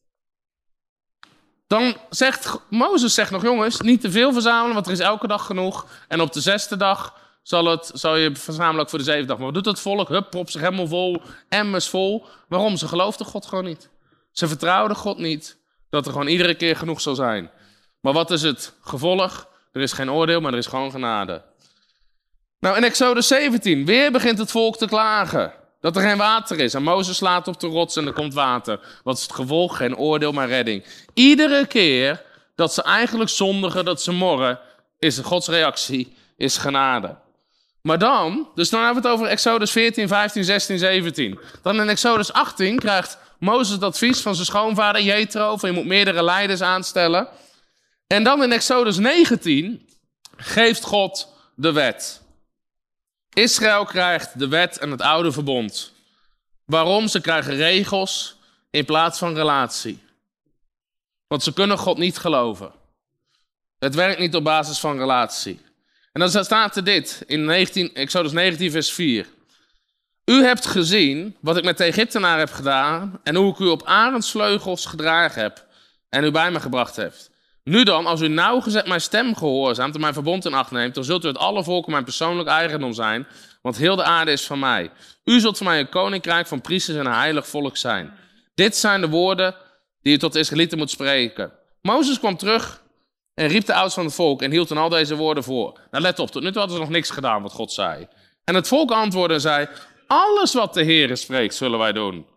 Dan zegt Mozes nog: jongens, niet te veel verzamelen, want er is elke dag genoeg. En op de 6e dag zal je verzamelen ook voor de 7e dag. Maar wat doet het volk? Hup, prop zich helemaal vol, emmers vol. Waarom? Ze geloofden God gewoon niet. Ze vertrouwden God niet dat er gewoon iedere keer genoeg zal zijn. Maar wat is het gevolg? Er is geen oordeel, maar er is gewoon genade. Nou, in Exodus 17, weer begint het volk te klagen. Dat er geen water is. En Mozes slaat op de rots en er komt water. Wat is het gevolg? Geen oordeel, maar redding. Iedere keer dat ze eigenlijk zondigen, dat ze morren, is Gods reactie, is genade. Maar dan hebben we het over Exodus 14, 15, 16, 17. Dan in Exodus 18 krijgt Mozes het advies van zijn schoonvader Jethro, van je moet meerdere leiders aanstellen. En dan in Exodus 19 geeft God de wet. Israël krijgt de wet en het oude verbond. Waarom? Ze krijgen regels in plaats van relatie. Want ze kunnen God niet geloven. Het werkt niet op basis van relatie. En dan staat er dit in Exodus 19 vers 4. U hebt gezien wat ik met de Egyptenaren heb gedaan en hoe ik u op arendsvleugels gedragen heb en u bij me gebracht hebt. Nu dan, als u nauwgezet mijn stem gehoorzaamt en mijn verbond in acht neemt, dan zult u uit alle volken mijn persoonlijk eigendom zijn, want heel de aarde is van mij. U zult voor mij een koninkrijk van priesters en een heilig volk zijn. Dit zijn de woorden die u tot de Israëlieten moet spreken. Mozes kwam terug en riep de oudsten van het volk en hield dan al deze woorden voor. Nou, let op, tot nu toe hadden ze nog niks gedaan wat God zei. En het volk antwoordde en zei: alles wat de Heer spreekt, zullen wij doen.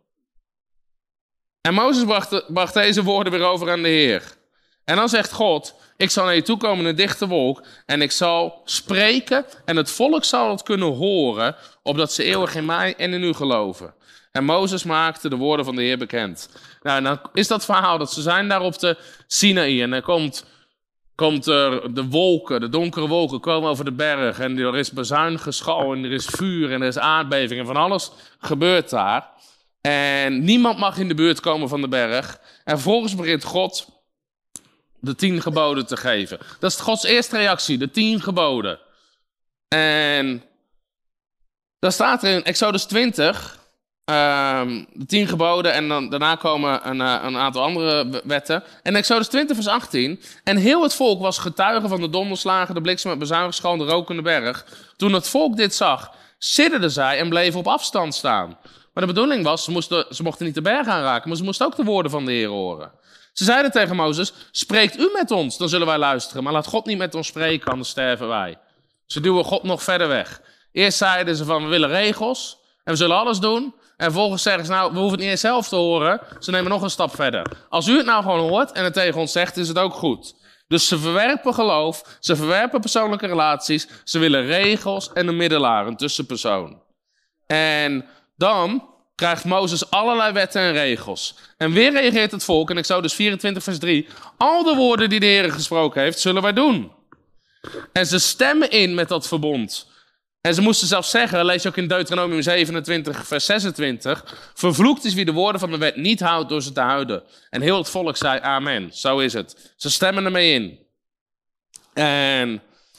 En Mozes bracht deze woorden weer over aan de Heer. En dan zegt God: ik zal naar je toe komen in een dichte wolk en ik zal spreken en het volk zal het kunnen horen, opdat ze eeuwig in mij en in u geloven. En Mozes maakte de woorden van de Heer bekend. Nou, en dan is dat verhaal dat ze zijn daar op de Sinaï en dan komt er de wolken, de donkere wolken komen over de berg en er is bezuingeschal en er is vuur en er is aardbeving en van alles gebeurt daar. En niemand mag in de buurt komen van de berg. En vervolgens begint God de 10 geboden te geven. Dat is Gods eerste reactie, de 10 geboden. En dan staat er in Exodus 20, de 10 geboden en dan, daarna komen een aantal andere wetten. En Exodus 20 vers 18, en heel het volk was getuige van de donderslagen, de bliksem, het bezuinigschal en de rokende berg. Toen het volk dit zag, sidderden zij en bleven op afstand staan. Maar de bedoeling was, ze mochten niet de berg aanraken, maar ze moesten ook de woorden van de Heer horen. Ze zeiden tegen Mozes: spreekt u met ons, dan zullen wij luisteren. Maar laat God niet met ons spreken, anders sterven wij. Ze duwen God nog verder weg. Eerst zeiden ze van: we willen regels en we zullen alles doen. En vervolgens zeggen ze: nou, we hoeven het niet eens zelf te horen. Ze nemen nog een stap verder. Als u het nou gewoon hoort en het tegen ons zegt, is het ook goed. Dus ze verwerpen geloof, ze verwerpen persoonlijke relaties. Ze willen regels en een middelaar, een tussenpersoon. En dan krijgt Mozes allerlei wetten en regels. En weer reageert het volk in Exodus 24 vers 3. Al de woorden die de Heer gesproken heeft, zullen wij doen. En ze stemmen in met dat verbond. En ze moesten zelfs zeggen, lees je ook in Deuteronomium 27 vers 26. Vervloekt is wie de woorden van de wet niet houdt door ze te houden. En heel het volk zei amen, zo is het. Ze stemmen ermee in. En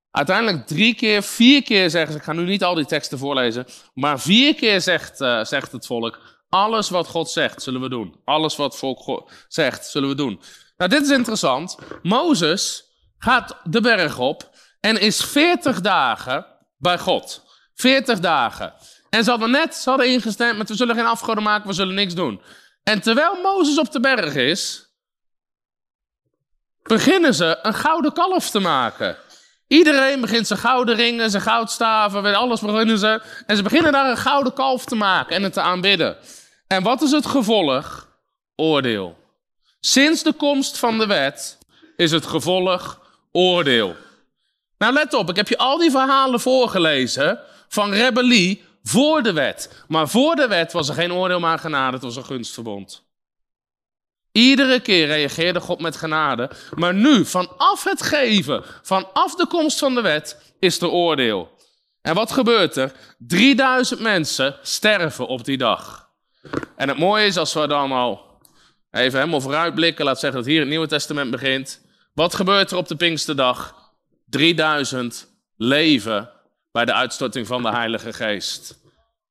Uiteindelijk 3 keer, 4 keer zeggen ze, ik ga nu niet al die teksten voorlezen, maar 4 keer zegt het volk, alles wat God zegt, zullen we doen. Alles wat het volk God zegt, zullen we doen. Nou, dit is interessant. Mozes gaat de berg op en is 40 dagen bij God. 40 dagen. En ze hadden ingestemd met, we zullen geen afgoden maken, we zullen niks doen. En terwijl Mozes op de berg is, beginnen ze een gouden kalf te maken. Iedereen begint zijn gouden ringen, zijn goudstaven, alles beginnen ze. En ze beginnen daar een gouden kalf te maken en het te aanbidden. En wat is het gevolg? Oordeel. Sinds de komst van de wet is het gevolg oordeel. Nou, let op, ik heb je al die verhalen voorgelezen van rebellie voor de wet. Maar voor de wet was er geen oordeel, maar genade, het was een gunstverbond. Iedere keer reageerde God met genade. Maar nu, vanaf het geven, vanaf de komst van de wet, is er oordeel. En wat gebeurt er? 3000 mensen sterven op die dag. En het mooie is, als we dan al even helemaal vooruitblikken, laat zeggen dat hier het Nieuwe Testament begint. Wat gebeurt er op de Pinksterdag? 3000 leven bij de uitstorting van de Heilige Geest.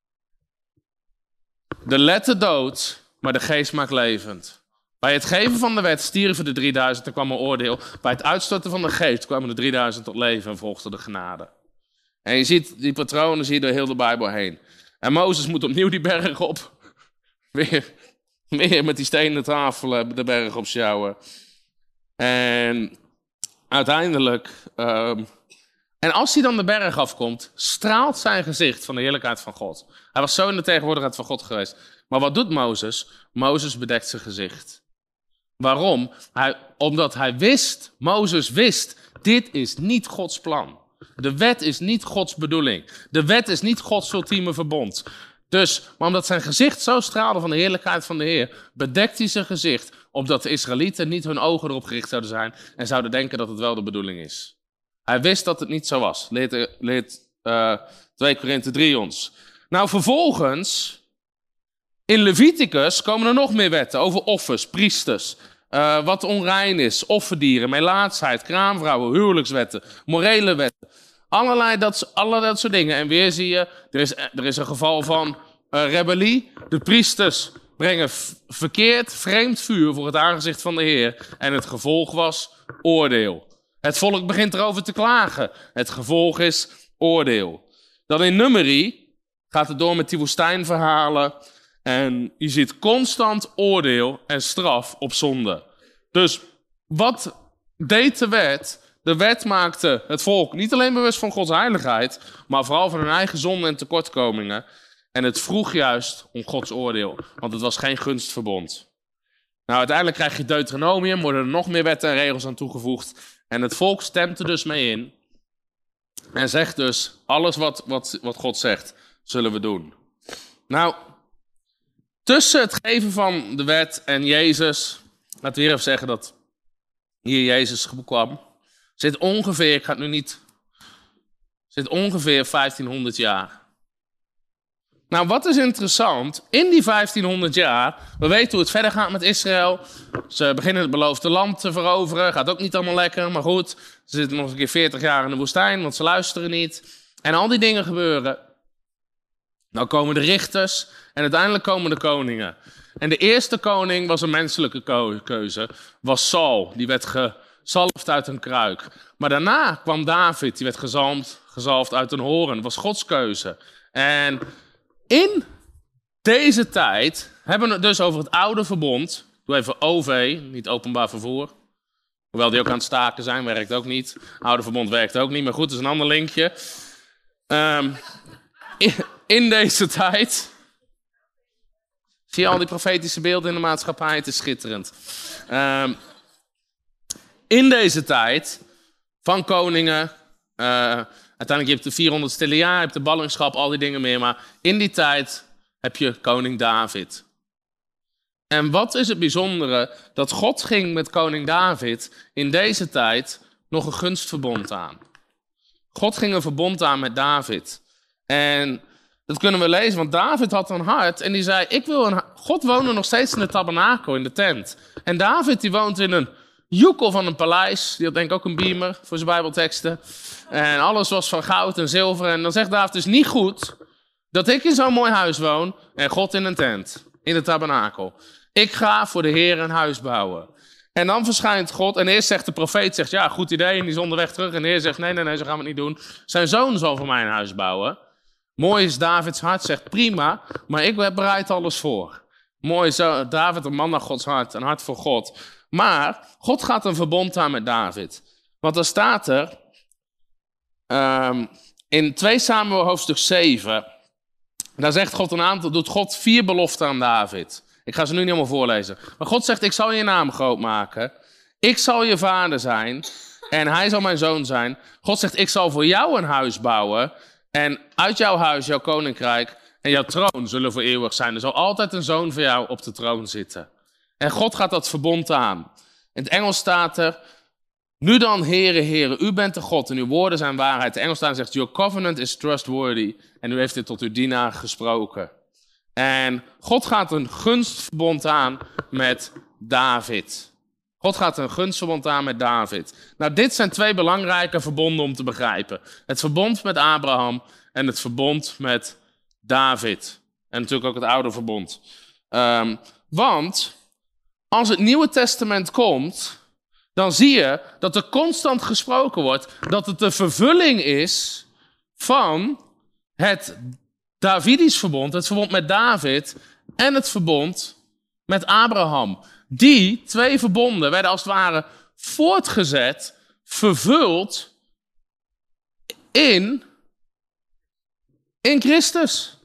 De letter dood, maar de geest maakt levend. Bij het geven van de wet stierven de 3000, er kwam een oordeel. Bij het uitstorten van de geest kwamen de 3000 tot leven en volgde de genade. En je ziet die patronen zie je door heel de Bijbel heen. En Mozes moet opnieuw die berg op. Weer met die stenen tafel de berg op sjouwen. En uiteindelijk... En als hij dan de berg afkomt, straalt zijn gezicht van de heerlijkheid van God. Hij was zo in de tegenwoordigheid van God geweest. Maar wat doet Mozes? Mozes bedekt zijn gezicht. Waarom? Omdat hij wist, Mozes wist, dit is niet Gods plan. De wet is niet Gods bedoeling. De wet is niet Gods ultieme verbond. Dus, maar omdat zijn gezicht zo straalde van de heerlijkheid van de Heer, bedekt hij zijn gezicht, opdat de Israëlieten niet hun ogen erop gericht zouden zijn en zouden denken dat het wel de bedoeling is. Hij wist dat het niet zo was. Leert 2 Korinthe 3 ons. Nou, vervolgens, in Leviticus komen er nog meer wetten over offers, priesters, wat onrein is, offerdieren, melaatsheid, kraamvrouwen, huwelijkswetten, morele wetten. Allerlei dat soort dingen. En weer zie je, er is een geval van rebellie. De priesters brengen verkeerd, vreemd vuur voor het aangezicht van de Heer. En het gevolg was oordeel. Het volk begint erover te klagen. Het gevolg is oordeel. Dan in Numeri gaat het door met die woestijnverhalen. En je ziet constant oordeel en straf op zonde. Dus wat deed de wet? De wet maakte het volk niet alleen bewust van Gods heiligheid, maar vooral van hun eigen zonde en tekortkomingen. En het vroeg juist om Gods oordeel, want het was geen gunstverbond. Nou, uiteindelijk krijg je Deuteronomium, worden er nog meer wetten en regels aan toegevoegd. En het volk stemt er dus mee in. En zegt dus, alles wat God zegt, zullen we doen. Nou, tussen het geven van de wet en Jezus, laten we hier even zeggen dat hier Jezus kwam, zit ongeveer 1500 jaar. Nou, wat is interessant, in die 1500 jaar, we weten hoe het verder gaat met Israël. Ze beginnen het beloofde land te veroveren, gaat ook niet allemaal lekker, maar goed. Ze zitten nog een keer 40 jaar in de woestijn, want ze luisteren niet. En al die dingen gebeuren. Nou komen de richters en uiteindelijk komen de koningen. En de eerste koning was een menselijke keuze, was Saul. Die werd gezalfd uit een kruik. Maar daarna kwam David, die werd gezalfd uit een hoorn. Dat was Gods keuze. En in deze tijd hebben we het dus over het oude verbond. Doe even OV, niet openbaar vervoer. Hoewel die ook aan het staken zijn, werkt ook niet. Oude verbond werkt ook niet, maar goed, dat is een ander linkje. In deze tijd. Zie je al die profetische beelden in de maatschappij? Het is schitterend. In deze tijd van koningen. Uiteindelijk, je hebt de 400 stille jaar, je hebt de ballingschap, al die dingen meer. Maar in die tijd heb je koning David. En wat is het bijzondere? Dat God ging met koning David in deze tijd nog een gunstverbond aan. God ging een verbond aan met David. En dat kunnen we lezen, want David had een hart en die zei, God woonde nog steeds in de tabernakel, in de tent. En David die woont in een joekel van een paleis. Die had denk ik ook een beamer voor zijn bijbelteksten. En alles was van goud en zilver. En dan zegt David, het is niet goed dat ik in zo'n mooi huis woon en God in een tent, in de tabernakel. Ik ga voor de Heer een huis bouwen. En dan verschijnt God en eerst zegt de profeet, ja, goed idee, en die is onderweg terug. En de Heer zegt, nee, zo gaan we het niet doen. Zijn zoon zal voor mij een huis bouwen. Mooi is Davids hart, zegt prima, maar ik bereid alles voor. Mooi is David, een man naar Gods hart, een hart voor God. Maar God gaat een verbond aan met David. Want dan staat er in 2 Samuel hoofdstuk 7, daar zegt God doet God 4 beloften aan David. Ik ga ze nu niet allemaal voorlezen. Maar God zegt, ik zal je naam groot maken. Ik zal je vader zijn. En hij zal mijn zoon zijn. God zegt, ik zal voor jou een huis bouwen. En uit jouw huis, jouw koninkrijk en jouw troon zullen voor eeuwig zijn. Er zal altijd een zoon voor jou op de troon zitten. En God gaat dat verbond aan. In het Engels staat er, nu dan, Heere, Heere, u bent de God en uw woorden zijn waarheid. De Engels zegt, your covenant is trustworthy. En u heeft dit tot uw dienaar gesproken. En God gaat een gunstverbond aan met David. God gaat een gunstverbond aan met David. Nou, dit zijn 2 belangrijke verbonden om te begrijpen. Het verbond met Abraham en het verbond met David. En natuurlijk ook het oude verbond. Want als het Nieuwe Testament komt, dan zie je dat er constant gesproken wordt dat het de vervulling is van het Davidisch verbond, het verbond met David en het verbond met Abraham. Die 2 verbonden werden als het ware voortgezet, vervuld in Christus.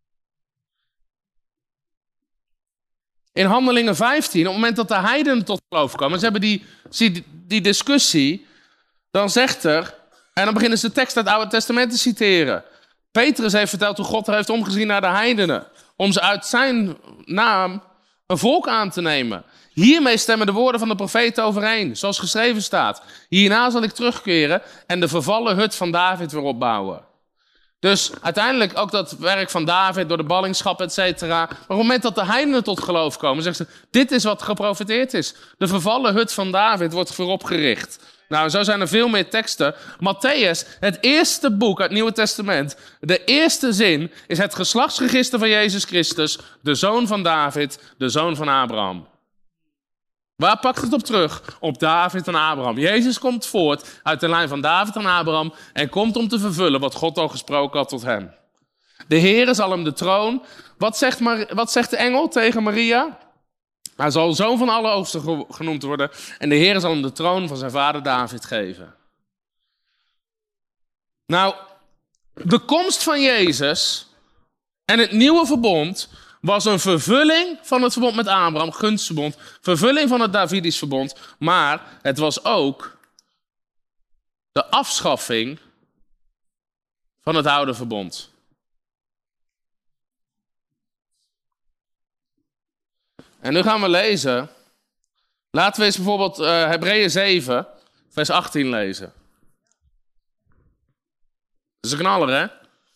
In Handelingen 15, op het moment dat de heidenen tot geloof komen, ze hebben die discussie, dan zegt er, en dan beginnen ze de tekst uit het Oude Testament te citeren. Petrus heeft verteld hoe God er heeft omgezien naar de heidenen, om ze uit zijn naam een volk aan te nemen. Hiermee stemmen de woorden van de profeet overeen, zoals geschreven staat. Hierna zal ik terugkeren en de vervallen hut van David weer opbouwen. Dus uiteindelijk ook dat werk van David door de ballingschap, et cetera. Maar op het moment dat de heidenen tot geloof komen, zeggen ze, dit is wat geprofeteerd is. De vervallen hut van David wordt weer opgericht. Nou, zo zijn er veel meer teksten. Mattheüs, het eerste boek uit het Nieuwe Testament, de eerste zin is het geslachtsregister van Jezus Christus, de zoon van David, de zoon van Abraham. Waar pakt het op terug? Op David en Abraham. Jezus komt voort uit de lijn van David en Abraham en komt om te vervullen wat God al gesproken had tot hem. De Heere zal hem de troon... Wat zegt de engel tegen Maria? Hij zal zoon van alle oogsten genoemd worden en de Heere zal hem de troon van zijn vader David geven. Nou, de komst van Jezus en het nieuwe verbond was een vervulling van het verbond met Abraham, gunstverbond, vervulling van het Davidisch verbond, maar het was ook de afschaffing van het oude verbond. En nu gaan we lezen. Laten we eens bijvoorbeeld Hebreeën 7, vers 18 lezen. Dat is een knaller, hè?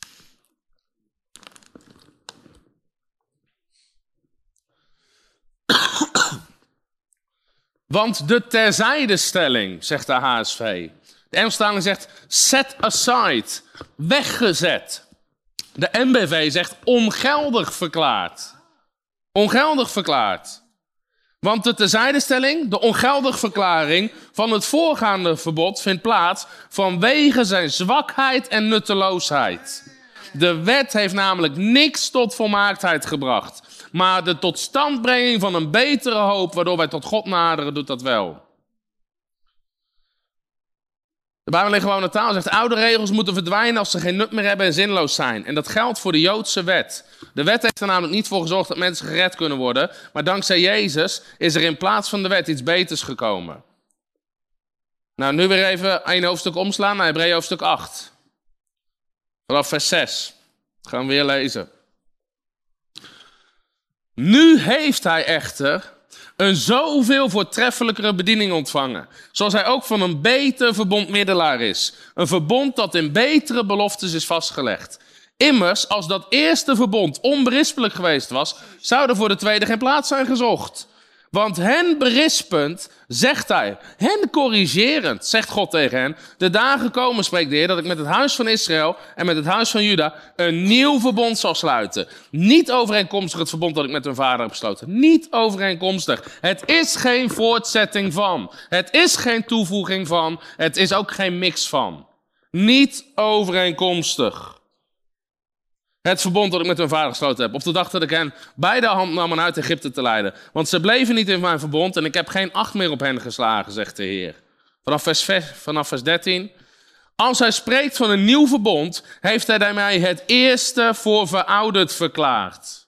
Want de terzijdestelling, zegt de HSV. De Engelstaling zegt set aside, weggezet. De NBV zegt ongeldig verklaard. Ongeldig verklaard. Want de terzijdestelling, de ongeldig verklaring van het voorgaande verbod vindt plaats vanwege zijn zwakheid en nutteloosheid. De wet heeft namelijk niks tot volmaaktheid gebracht. Maar de totstandbrenging van een betere hoop, waardoor wij tot God naderen, doet dat wel. De Bijbel in gewone taal zegt, oude regels moeten verdwijnen als ze geen nut meer hebben en zinloos zijn. En dat geldt voor de Joodse wet. De wet heeft er namelijk niet voor gezorgd dat mensen gered kunnen worden. Maar dankzij Jezus is er in plaats van de wet iets beters gekomen. Nou, nu weer even 1 hoofdstuk omslaan naar Hebreeën hoofdstuk 8. Vanaf vers 6. Dat gaan we weer lezen. Nu heeft hij echter een zoveel voortreffelijkere bediening ontvangen, zoals hij ook van een beter verbond middelaar is. Een verbond dat in betere beloftes is vastgelegd. Immers, als dat eerste verbond onberispelijk geweest was, zou er voor de tweede geen plaats zijn gezocht. Want hen berispend, zegt hij, hen corrigerend, zegt God tegen hen, de dagen komen, spreekt de Heer, dat ik met het huis van Israël en met het huis van Juda een nieuw verbond zal sluiten. Niet overeenkomstig het verbond dat ik met hun vader heb gesloten. Niet overeenkomstig. Het is geen voortzetting van. Het is geen toevoeging van. Het is ook geen mix van. Niet overeenkomstig. Het verbond dat ik met hun vader gesloten heb. Op de dag dat ik hen bij de hand nam en uit Egypte te leiden. Want ze bleven niet in mijn verbond en ik heb geen acht meer op hen geslagen, zegt de Heer. Vanaf vers 13. Als hij spreekt van een nieuw verbond, heeft hij mij het eerste voor verouderd verklaard.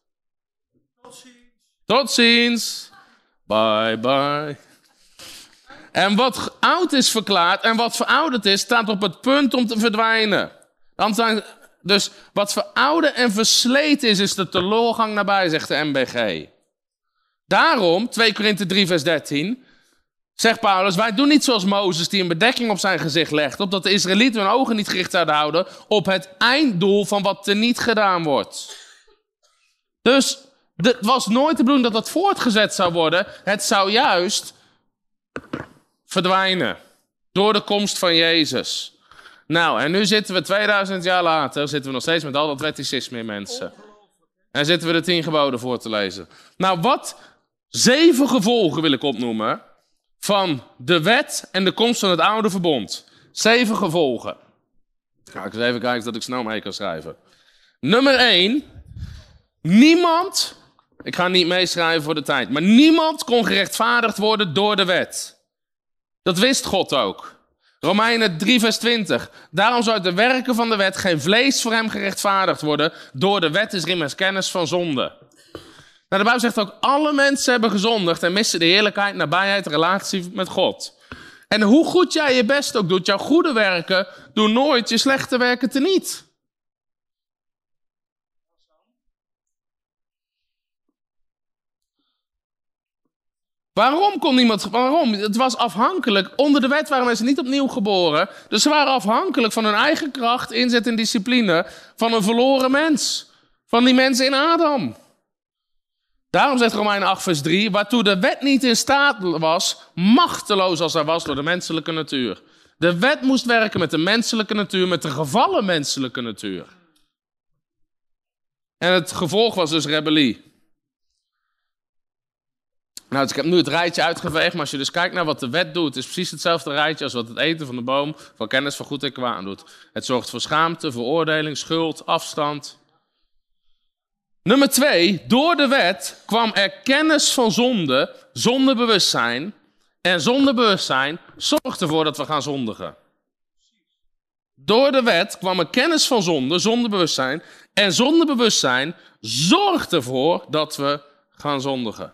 Tot ziens. Bye bye. En wat oud is verklaard en wat verouderd is, staat op het punt om te verdwijnen. Dus wat verouderd en versleten is de teloorgang nabij, zegt de MBG. Daarom, 2 Korinthe 3 vers 13, zegt Paulus, wij doen niet zoals Mozes die een bedekking op zijn gezicht legt, opdat de Israëlieten hun ogen niet gericht zouden houden op het einddoel van wat er niet gedaan wordt. Dus het was nooit de bedoeling dat het voortgezet zou worden. Het zou juist verdwijnen door de komst van Jezus. Nou, en nu zitten we 2000 jaar later, zitten we nog steeds met al dat wetticisme in mensen. En zitten we de 10 geboden voor te lezen. Nou, wat 7 gevolgen wil ik opnoemen van de wet en de komst van het oude verbond. 7 gevolgen. Ga ik eens even kijken dat ik snel mee kan schrijven. Nummer 1. Niemand, ik ga niet meeschrijven voor de tijd, maar niemand kon gerechtvaardigd worden door de wet. Dat wist God ook. Romeinen 3 vers 20. Daarom zou uit de werken van de wet geen vlees voor hem gerechtvaardigd worden. Door de wet is er immers kennis van zonde. Nou, de Bijbel zegt ook, alle mensen hebben gezondigd en missen de heerlijkheid, nabijheid, relatie met God. En hoe goed jij je best ook doet, jouw goede werken, doe nooit je slechte werken teniet. Waarom kon niemand... Waarom? Het was afhankelijk. Onder de wet waren mensen niet opnieuw geboren. Dus ze waren afhankelijk van hun eigen kracht, inzet en discipline. Van een verloren mens. Van die mensen in Adam. Daarom zegt Romeinen 8 vers 3... Waartoe de wet niet in staat was, machteloos als hij was door de menselijke natuur. De wet moest werken met de menselijke natuur, met de gevallen menselijke natuur. En het gevolg was dus rebellie. Nou, dus ik heb nu het rijtje uitgeveegd, maar als je dus kijkt naar wat de wet doet, het is precies hetzelfde rijtje als wat het eten van de boom van kennis van goed en kwaad doet. Het zorgt voor schaamte, veroordeling, schuld, afstand. Nummer 2, door de wet kwam er kennis van zonde, zondebewustzijn. En zondebewustzijn zorgt ervoor dat we gaan zondigen. Door de wet kwam er kennis van zonde, zondebewustzijn. En zondebewustzijn zorgt ervoor dat we gaan zondigen.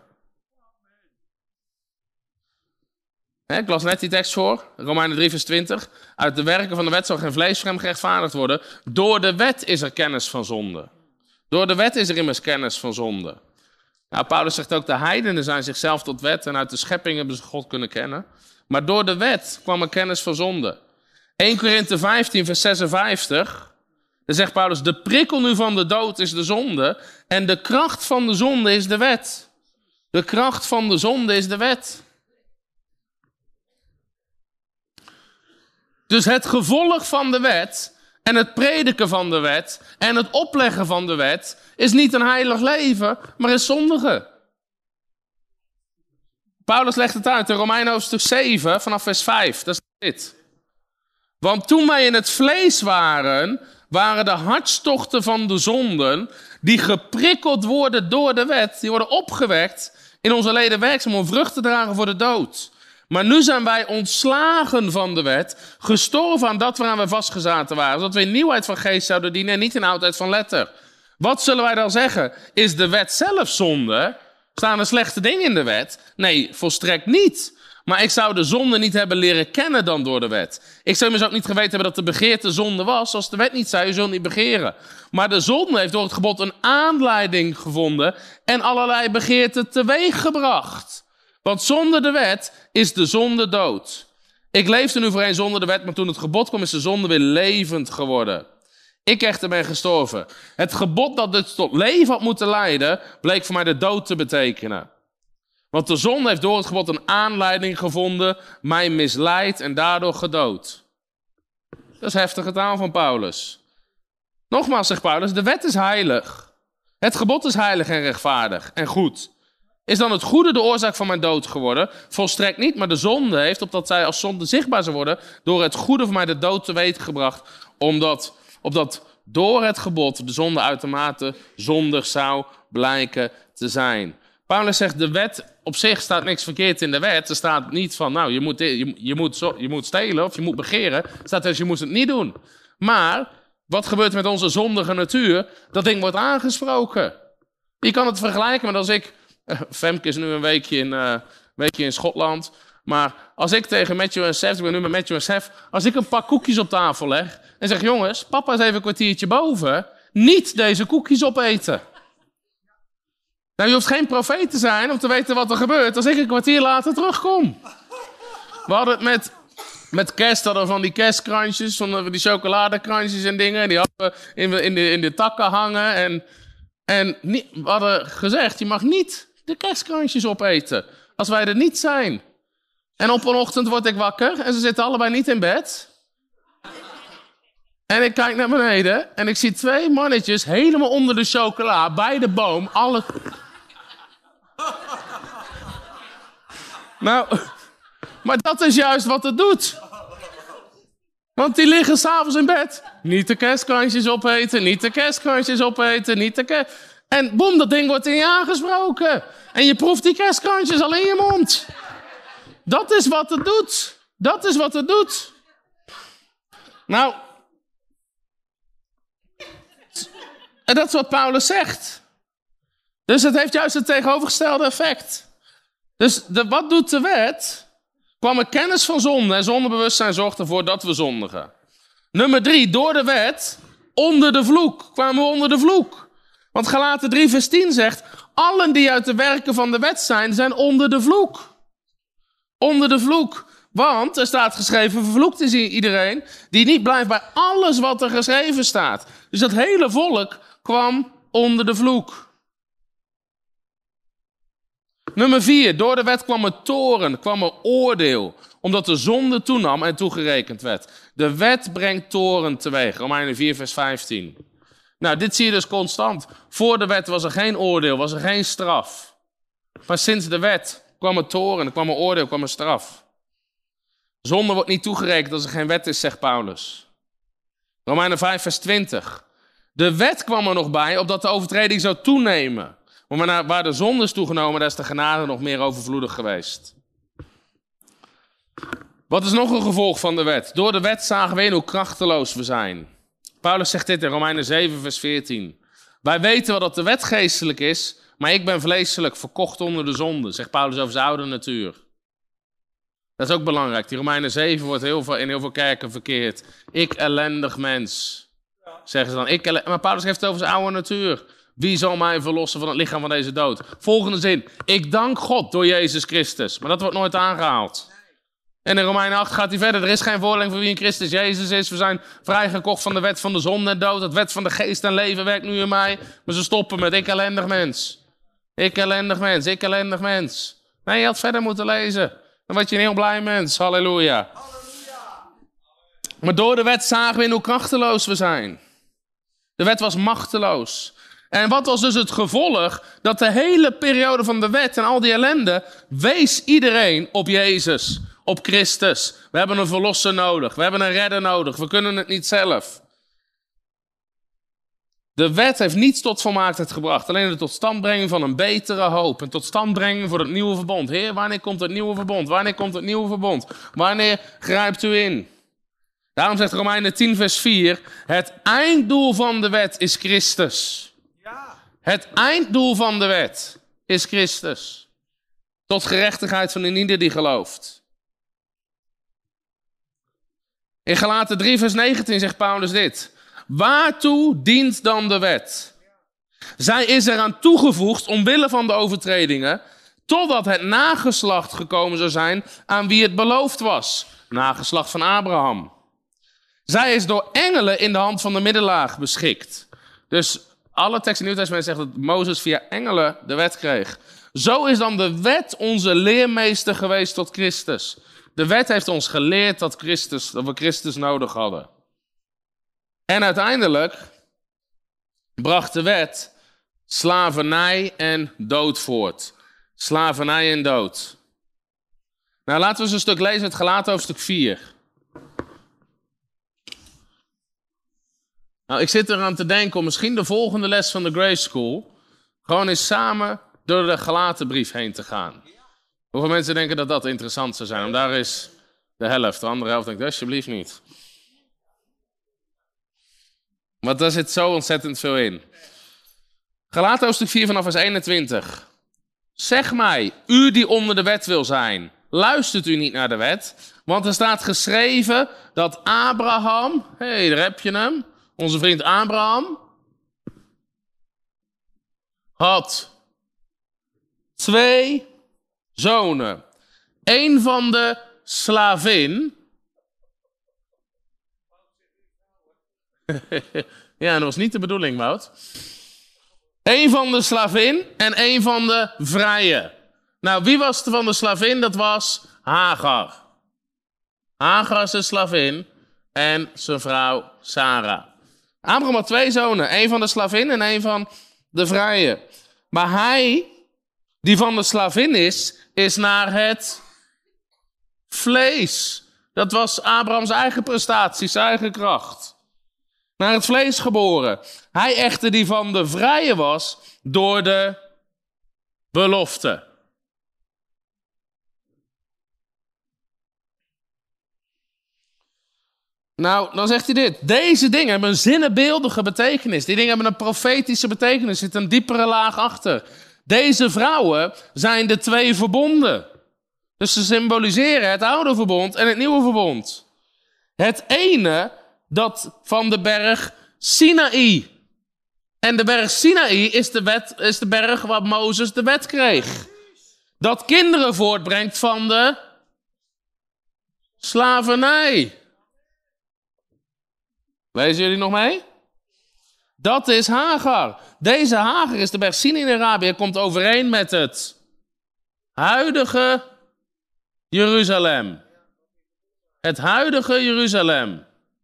Ik las net die tekst voor, Romeinen 3 vers 20. Uit de werken van de wet zal geen vlees voor hem gerechtvaardigd worden. Door de wet is er kennis van zonde. Door de wet is er immers kennis van zonde. Nou, Paulus zegt ook, de heidenen zijn zichzelf tot wet en uit de schepping hebben ze God kunnen kennen. Maar door de wet kwam er kennis van zonde. 1 Korinthe 15 vers 56. Dan zegt Paulus, de prikkel nu van de dood is de zonde en de kracht van de zonde is de wet. De kracht van de zonde is de wet. Dus het gevolg van de wet en het prediken van de wet en het opleggen van de wet is niet een heilig leven, maar is zondigen. Paulus legt het uit in Romeinen hoofdstuk 7 vanaf vers 5. Dat is dit. Want toen wij in het vlees waren, waren de hartstochten van de zonden die geprikkeld worden door de wet, die worden opgewekt in onze leden werkzaam om vrucht te dragen voor de dood. Maar nu zijn wij ontslagen van de wet, gestorven aan dat waaraan we vastgezaten waren, zodat we in nieuwheid van geest zouden dienen en niet in oudheid van letter. Wat zullen wij dan zeggen? Is de wet zelf zonde? Staan er slechte dingen in de wet? Nee, volstrekt niet. Maar ik zou de zonde niet hebben leren kennen dan door de wet. Ik zou dus ook niet geweten hebben dat de begeerte zonde was, als de wet niet zei, je zult niet begeren. Maar de zonde heeft door het gebod een aanleiding gevonden en allerlei begeerten teweeggebracht. Want zonder de wet is de zonde dood. Ik leefde nu voorheen zonder de wet, maar toen het gebod kwam is de zonde weer levend geworden. Ik echter ben gestorven. Het gebod dat dus tot leven had moeten leiden, bleek voor mij de dood te betekenen. Want de zonde heeft door het gebod een aanleiding gevonden, mij misleid en daardoor gedood. Dat is heftige taal van Paulus. Nogmaals zegt Paulus, de wet is heilig. Het gebod is heilig en rechtvaardig en goed. Is dan het goede de oorzaak van mijn dood geworden? Volstrekt niet, maar de zonde heeft, opdat zij als zonde zichtbaar zou worden, door het goede voor mij de dood teweeg gebracht, opdat door het gebod de zonde uitermate zondig zou blijken te zijn. Paulus zegt, de wet op zich staat niks verkeerd in de wet. Er staat niet van, nou, je moet stelen of je moet begeren. Er staat dus, je moet het niet doen. Maar, wat gebeurt met onze zondige natuur? Dat ding wordt aangesproken. Je kan het vergelijken met als ik... Femke is nu een weekje in Schotland. Maar als ik tegen Matthew en Seth, ik ben nu met Matthew en Seth, als ik een pak koekjes op tafel leg en zeg, jongens, papa is even een kwartiertje boven, niet deze koekjes opeten. Nou, je hoeft geen profeet te zijn om te weten wat er gebeurt als ik een kwartier later terugkom. We hadden het met kerst, hadden we van die kerstkrantjes, van die chocoladekrantjes en dingen, die hadden we in de takken hangen en we hadden gezegd, je mag niet de kerstkrantjes opeten als wij er niet zijn. En op een ochtend word ik wakker en ze zitten allebei niet in bed. En ik kijk naar beneden en ik zie 2 mannetjes helemaal onder de chocola, bij de boom, alle... Nou, maar dat is juist wat het doet. Want die liggen s'avonds in bed. Niet de kerstkrantjes opeten, niet de kerstkrantjes opeten, niet de En boem, dat ding wordt in je aangesproken. En je proeft die kerstkrantjes al in je mond. Dat is wat het doet. Dat is wat het doet. Nou, en dat is wat Paulus zegt. Dus het heeft juist het tegenovergestelde effect. Dus wat doet de wet? Kwam er kennis van zonde en zondebewustzijn zorgt ervoor dat we zondigen. Nummer 3, door de wet, onder de vloek, kwamen we onder de vloek. Want Galaten 3 vers 10 zegt, allen die uit de werken van de wet zijn onder de vloek. Onder de vloek. Want er staat geschreven, vervloekt is iedereen die niet blijft bij alles wat er geschreven staat. Dus dat hele volk kwam onder de vloek. Nummer 4, door de wet kwam er toorn, kwam er oordeel, omdat de zonde toenam en toegerekend werd. De wet brengt toorn teweeg, Romeinen 4 vers 15. Nou, dit zie je dus constant. Voor de wet was er geen oordeel, was er geen straf. Maar sinds de wet kwam er toorn, kwam er oordeel, kwam er straf. Zonde wordt niet toegerekend als er geen wet is, zegt Paulus. Romeinen 5 vers 20. De wet kwam er nog bij, opdat de overtreding zou toenemen. Maar waar de zonde is toegenomen, daar is de genade nog meer overvloedig geweest. Wat is nog een gevolg van de wet? Door de wet zagen we in hoe krachteloos we zijn. Paulus zegt dit in Romeinen 7 vers 14. Wij weten wel dat de wet geestelijk is, maar ik ben vleeselijk verkocht onder de zonde, zegt Paulus over zijn oude natuur. Dat is ook belangrijk. Die Romeinen 7 wordt in heel veel kerken verkeerd. Ik ellendig mens, zeggen ze dan. Maar Paulus heeft het over zijn oude natuur. Wie zal mij verlossen van het lichaam van deze dood? Volgende zin. Ik dank God door Jezus Christus. Maar dat wordt nooit aangehaald. En in Romeinen 8 gaat hij verder. Er is geen voordeling voor wie in Christus Jezus is. We zijn vrijgekocht van de wet van de zonde en dood. Het wet van de geest en leven werkt nu in mij. Maar ze stoppen met ik ellendig mens. Ik ellendig mens. Ik ellendig mens. Nee, je had verder moeten lezen. Dan word je een heel blij mens. Halleluja. Maar door de wet zagen we in hoe krachteloos we zijn. De wet was machteloos. En wat was dus het gevolg? Dat de hele periode van de wet en al die ellende wees iedereen op Jezus, op Christus. We hebben een verlosser nodig, we hebben een redder nodig, we kunnen het niet zelf. De wet heeft niets tot volmaaktheid gebracht, alleen de totstandbrenging van een betere hoop. En totstandbrenging voor het nieuwe verbond. Heer, wanneer komt het nieuwe verbond? Wanneer komt het nieuwe verbond? Wanneer grijpt u in? Daarom zegt Romeinen 10 vers 4, het einddoel van de wet is Christus. Het einddoel van de wet is Christus. Tot gerechtigheid van ieder die gelooft. In Galaten 3 vers 19 zegt Paulus dit. Waartoe dient dan de wet? Zij is eraan toegevoegd omwille van de overtredingen, totdat het nageslacht gekomen zou zijn aan wie het beloofd was. Nageslacht van Abraham. Zij is door engelen in de hand van de middelaar beschikt. Dus alle teksten in het Nieuw Testament zeggen dat Mozes via engelen de wet kreeg. Zo is dan de wet onze leermeester geweest tot Christus. De wet heeft ons geleerd dat we Christus nodig hadden. En uiteindelijk bracht de wet slavernij en dood voort. Slavernij en dood. Nou, laten we eens een stuk lezen uit Galaten hoofdstuk 4. Nou, ik zit eraan te denken om misschien de volgende les van de Grace School gewoon eens samen door de Galatenbrief heen te gaan. Hoeveel mensen denken dat dat interessant zou zijn? Om daar is de helft, de andere helft denkt alsjeblieft niet. Want daar zit zo ontzettend veel in. Galaten hoofdstuk 4 vanaf vers 21. Zeg mij, u die onder de wet wil zijn, luistert u niet naar de wet? Want er staat geschreven dat Abraham, hé, daar heb je hem, onze vriend Abraham, had 2 zonen. Eén van de slavin. Ja, dat was niet de bedoeling, Wout. Eén van de slavin en één van de vrije. Nou, wie was er van de slavin? Dat was Hagar. Hagar is de slavin en zijn vrouw Sarah. Abraham had 2 zonen. Één van de slavin en één van de vrije. Maar hij, die van de slavin is naar het vlees. Dat was Abrahams eigen prestatie, zijn eigen kracht. Naar het vlees geboren. Hij echter die van de vrije was door de belofte. Nou, dan zegt hij dit. Deze dingen hebben een zinnebeeldige betekenis. Die dingen hebben een profetische betekenis. Er zit een diepere laag achter. Deze vrouwen zijn de 2 verbonden. Dus ze symboliseren het oude verbond en het nieuwe verbond. Het ene, dat van de berg Sinaï. En de berg Sinaï is de berg waar Mozes de wet kreeg. Dat kinderen voortbrengt van de slavernij. Lezen jullie nog mee? Dat is Hagar. Deze Hagar is de berg Sinaï in Arabië. Komt overeen met het huidige Jeruzalem. Het huidige Jeruzalem.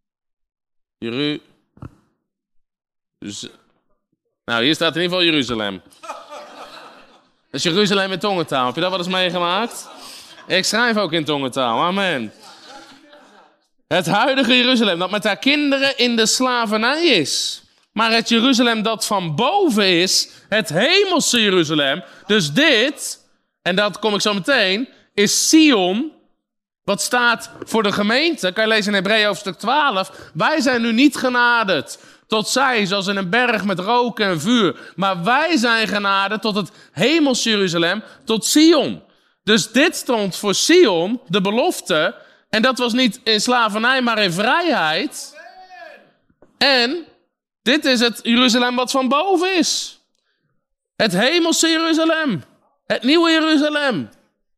Nou, hier staat in ieder geval Jeruzalem. Dat is Jeruzalem in tongentaal. Heb je dat wel eens meegemaakt? Ik schrijf ook in tongentaal. Amen. Het huidige Jeruzalem, dat met haar kinderen in de slavernij is. Maar het Jeruzalem dat van boven is, het hemelse Jeruzalem. Dus dit, en dat kom ik zo meteen, is Sion. Wat staat voor de gemeente, kan je lezen in Hebreeën hoofdstuk 12. Wij zijn nu niet genaderd tot zij, zoals in een berg met rook en vuur. Maar wij zijn genaderd tot het hemels Jeruzalem, tot Sion. Dus dit stond voor Sion, de belofte. En dat was niet in slavernij, maar in vrijheid. En dit is het Jeruzalem wat van boven is. Het hemelse Jeruzalem. Het nieuwe Jeruzalem.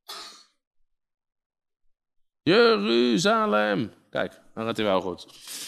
Jeruzalem. Kijk, dan gaat hij wel goed.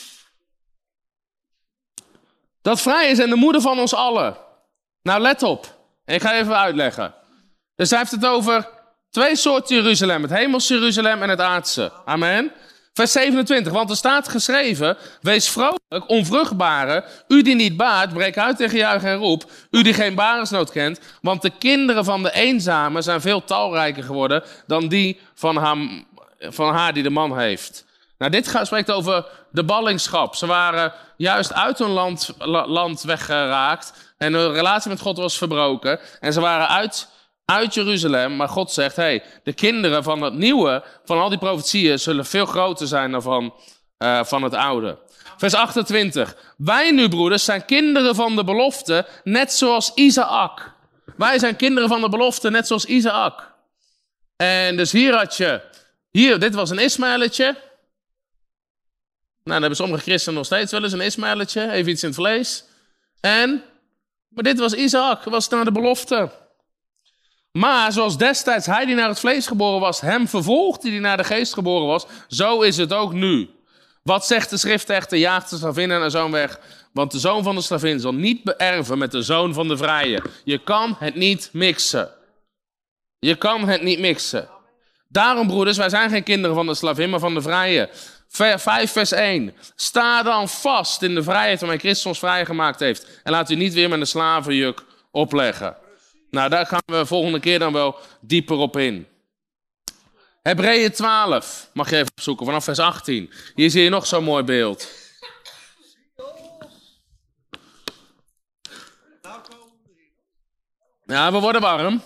Dat vrij is en de moeder van ons allen. Nou, let op. Ik ga even uitleggen. Dus hij heeft het over 2 soorten Jeruzalem. Het hemelse Jeruzalem en het aardse. Amen. Vers 27. Want er staat geschreven. Wees vrolijk, onvruchtbare. U die niet baart, breek uit tegen juich en roep. U die geen barensnood kent. Want de kinderen van de eenzame zijn veel talrijker geworden dan die van haar die de man heeft. Nou, dit spreekt over de ballingschap. Ze waren juist uit hun land weggeraakt. En hun relatie met God was verbroken. En ze waren uit Jeruzalem. Maar God zegt, de kinderen van het nieuwe, van al die profetieën, zullen veel groter zijn dan van het oude. Vers 28. Wij nu, broeders, zijn kinderen van de belofte, net zoals Isaac. Wij zijn kinderen van de belofte, net zoals Isaac. En dus dit was een Ismaëletje. Nou, dan hebben sommige christenen nog steeds wel eens een Ismaëletje. Even iets in het vlees. Maar dit was Isaac, was naar de belofte. Maar zoals destijds hij die naar het vlees geboren was, hem vervolgde die naar de geest geboren was, zo is het ook nu. Wat zegt de schrift echter? Jaagt de slavin en haar zoon weg. Want de zoon van de slavin zal niet beërven met de zoon van de vrije. Je kan het niet mixen. Je kan het niet mixen. Daarom, broeders, wij zijn geen kinderen van de slavin, maar van de vrije. 5 vers 1. Sta dan vast in de vrijheid waarmee Christus ons vrijgemaakt heeft. En laat u niet weer met een slavenjuk opleggen. Nou, daar gaan we volgende keer dan wel dieper op in. Hebreeën 12. Mag je even opzoeken, vanaf vers 18. Hier zie je nog zo'n mooi beeld. Ja, we worden warm.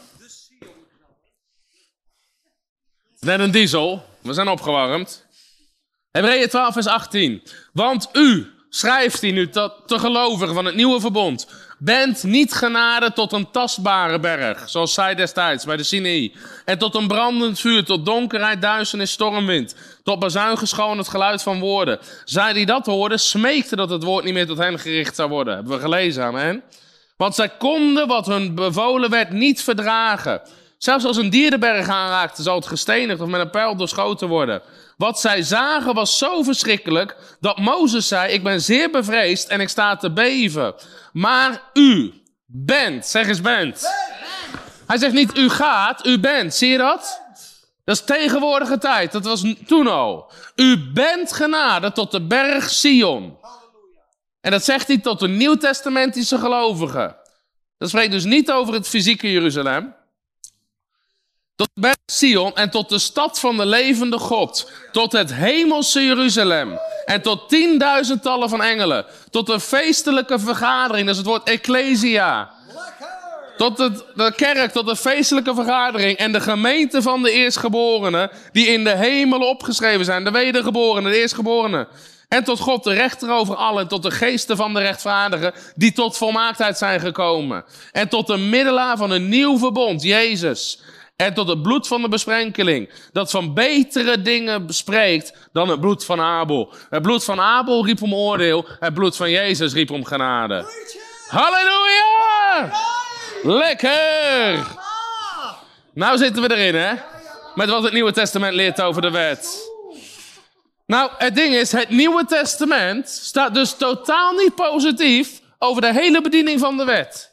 Net een diesel. We zijn opgewarmd. Hebreeën 12 vers 18. Want u, schrijft hij nu tot de gelovigen van het nieuwe verbond, bent niet genaderd tot een tastbare berg, zoals zij destijds bij de Sinaï. En tot een brandend vuur, tot donkerheid, duisternis, stormwind. Tot bazuingeschal het geluid van woorden. Zij die dat hoorden, smeekten dat het woord niet meer tot hen gericht zou worden. Hebben we gelezen, amen. Want zij konden wat hun bevolen werd niet verdragen. Zelfs als een dier de berg aanraakte, zal het gestenigd of met een pijl doorschoten worden. Wat zij zagen was zo verschrikkelijk, dat Mozes zei, ik ben zeer bevreesd en ik sta te beven. Maar u bent, zeg eens bent. Hij zegt niet u gaat, u bent, zie je dat? Dat is tegenwoordige tijd, dat was toen al. U bent genaderd tot de berg Sion. En dat zegt hij tot de nieuwtestamentische gelovigen. Dat spreekt dus niet over het fysieke Jeruzalem. Tot de berg Sion en tot de stad van de levende God. Tot het hemelse Jeruzalem. En tot 10.000-tallen van engelen. Tot een feestelijke vergadering, dat is het woord ecclesia. Tot de kerk, tot de feestelijke vergadering. En de gemeente van de eerstgeborenen, die in de hemelen opgeschreven zijn. De wedergeborenen, de eerstgeborenen. En tot God, de rechter over allen. En tot de geesten van de rechtvaardigen, die tot volmaaktheid zijn gekomen. En tot de middelaar van een nieuw verbond, Jezus. En tot het bloed van de besprenkeling, dat van betere dingen bespreekt dan het bloed van Abel. Het bloed van Abel riep om oordeel, het bloed van Jezus riep om genade. Halleluja! Lekker! Nou zitten we erin, hè? Met wat het Nieuwe Testament leert over de wet. Nou, het ding is, het Nieuwe Testament staat dus totaal niet positief over de hele bediening van de wet.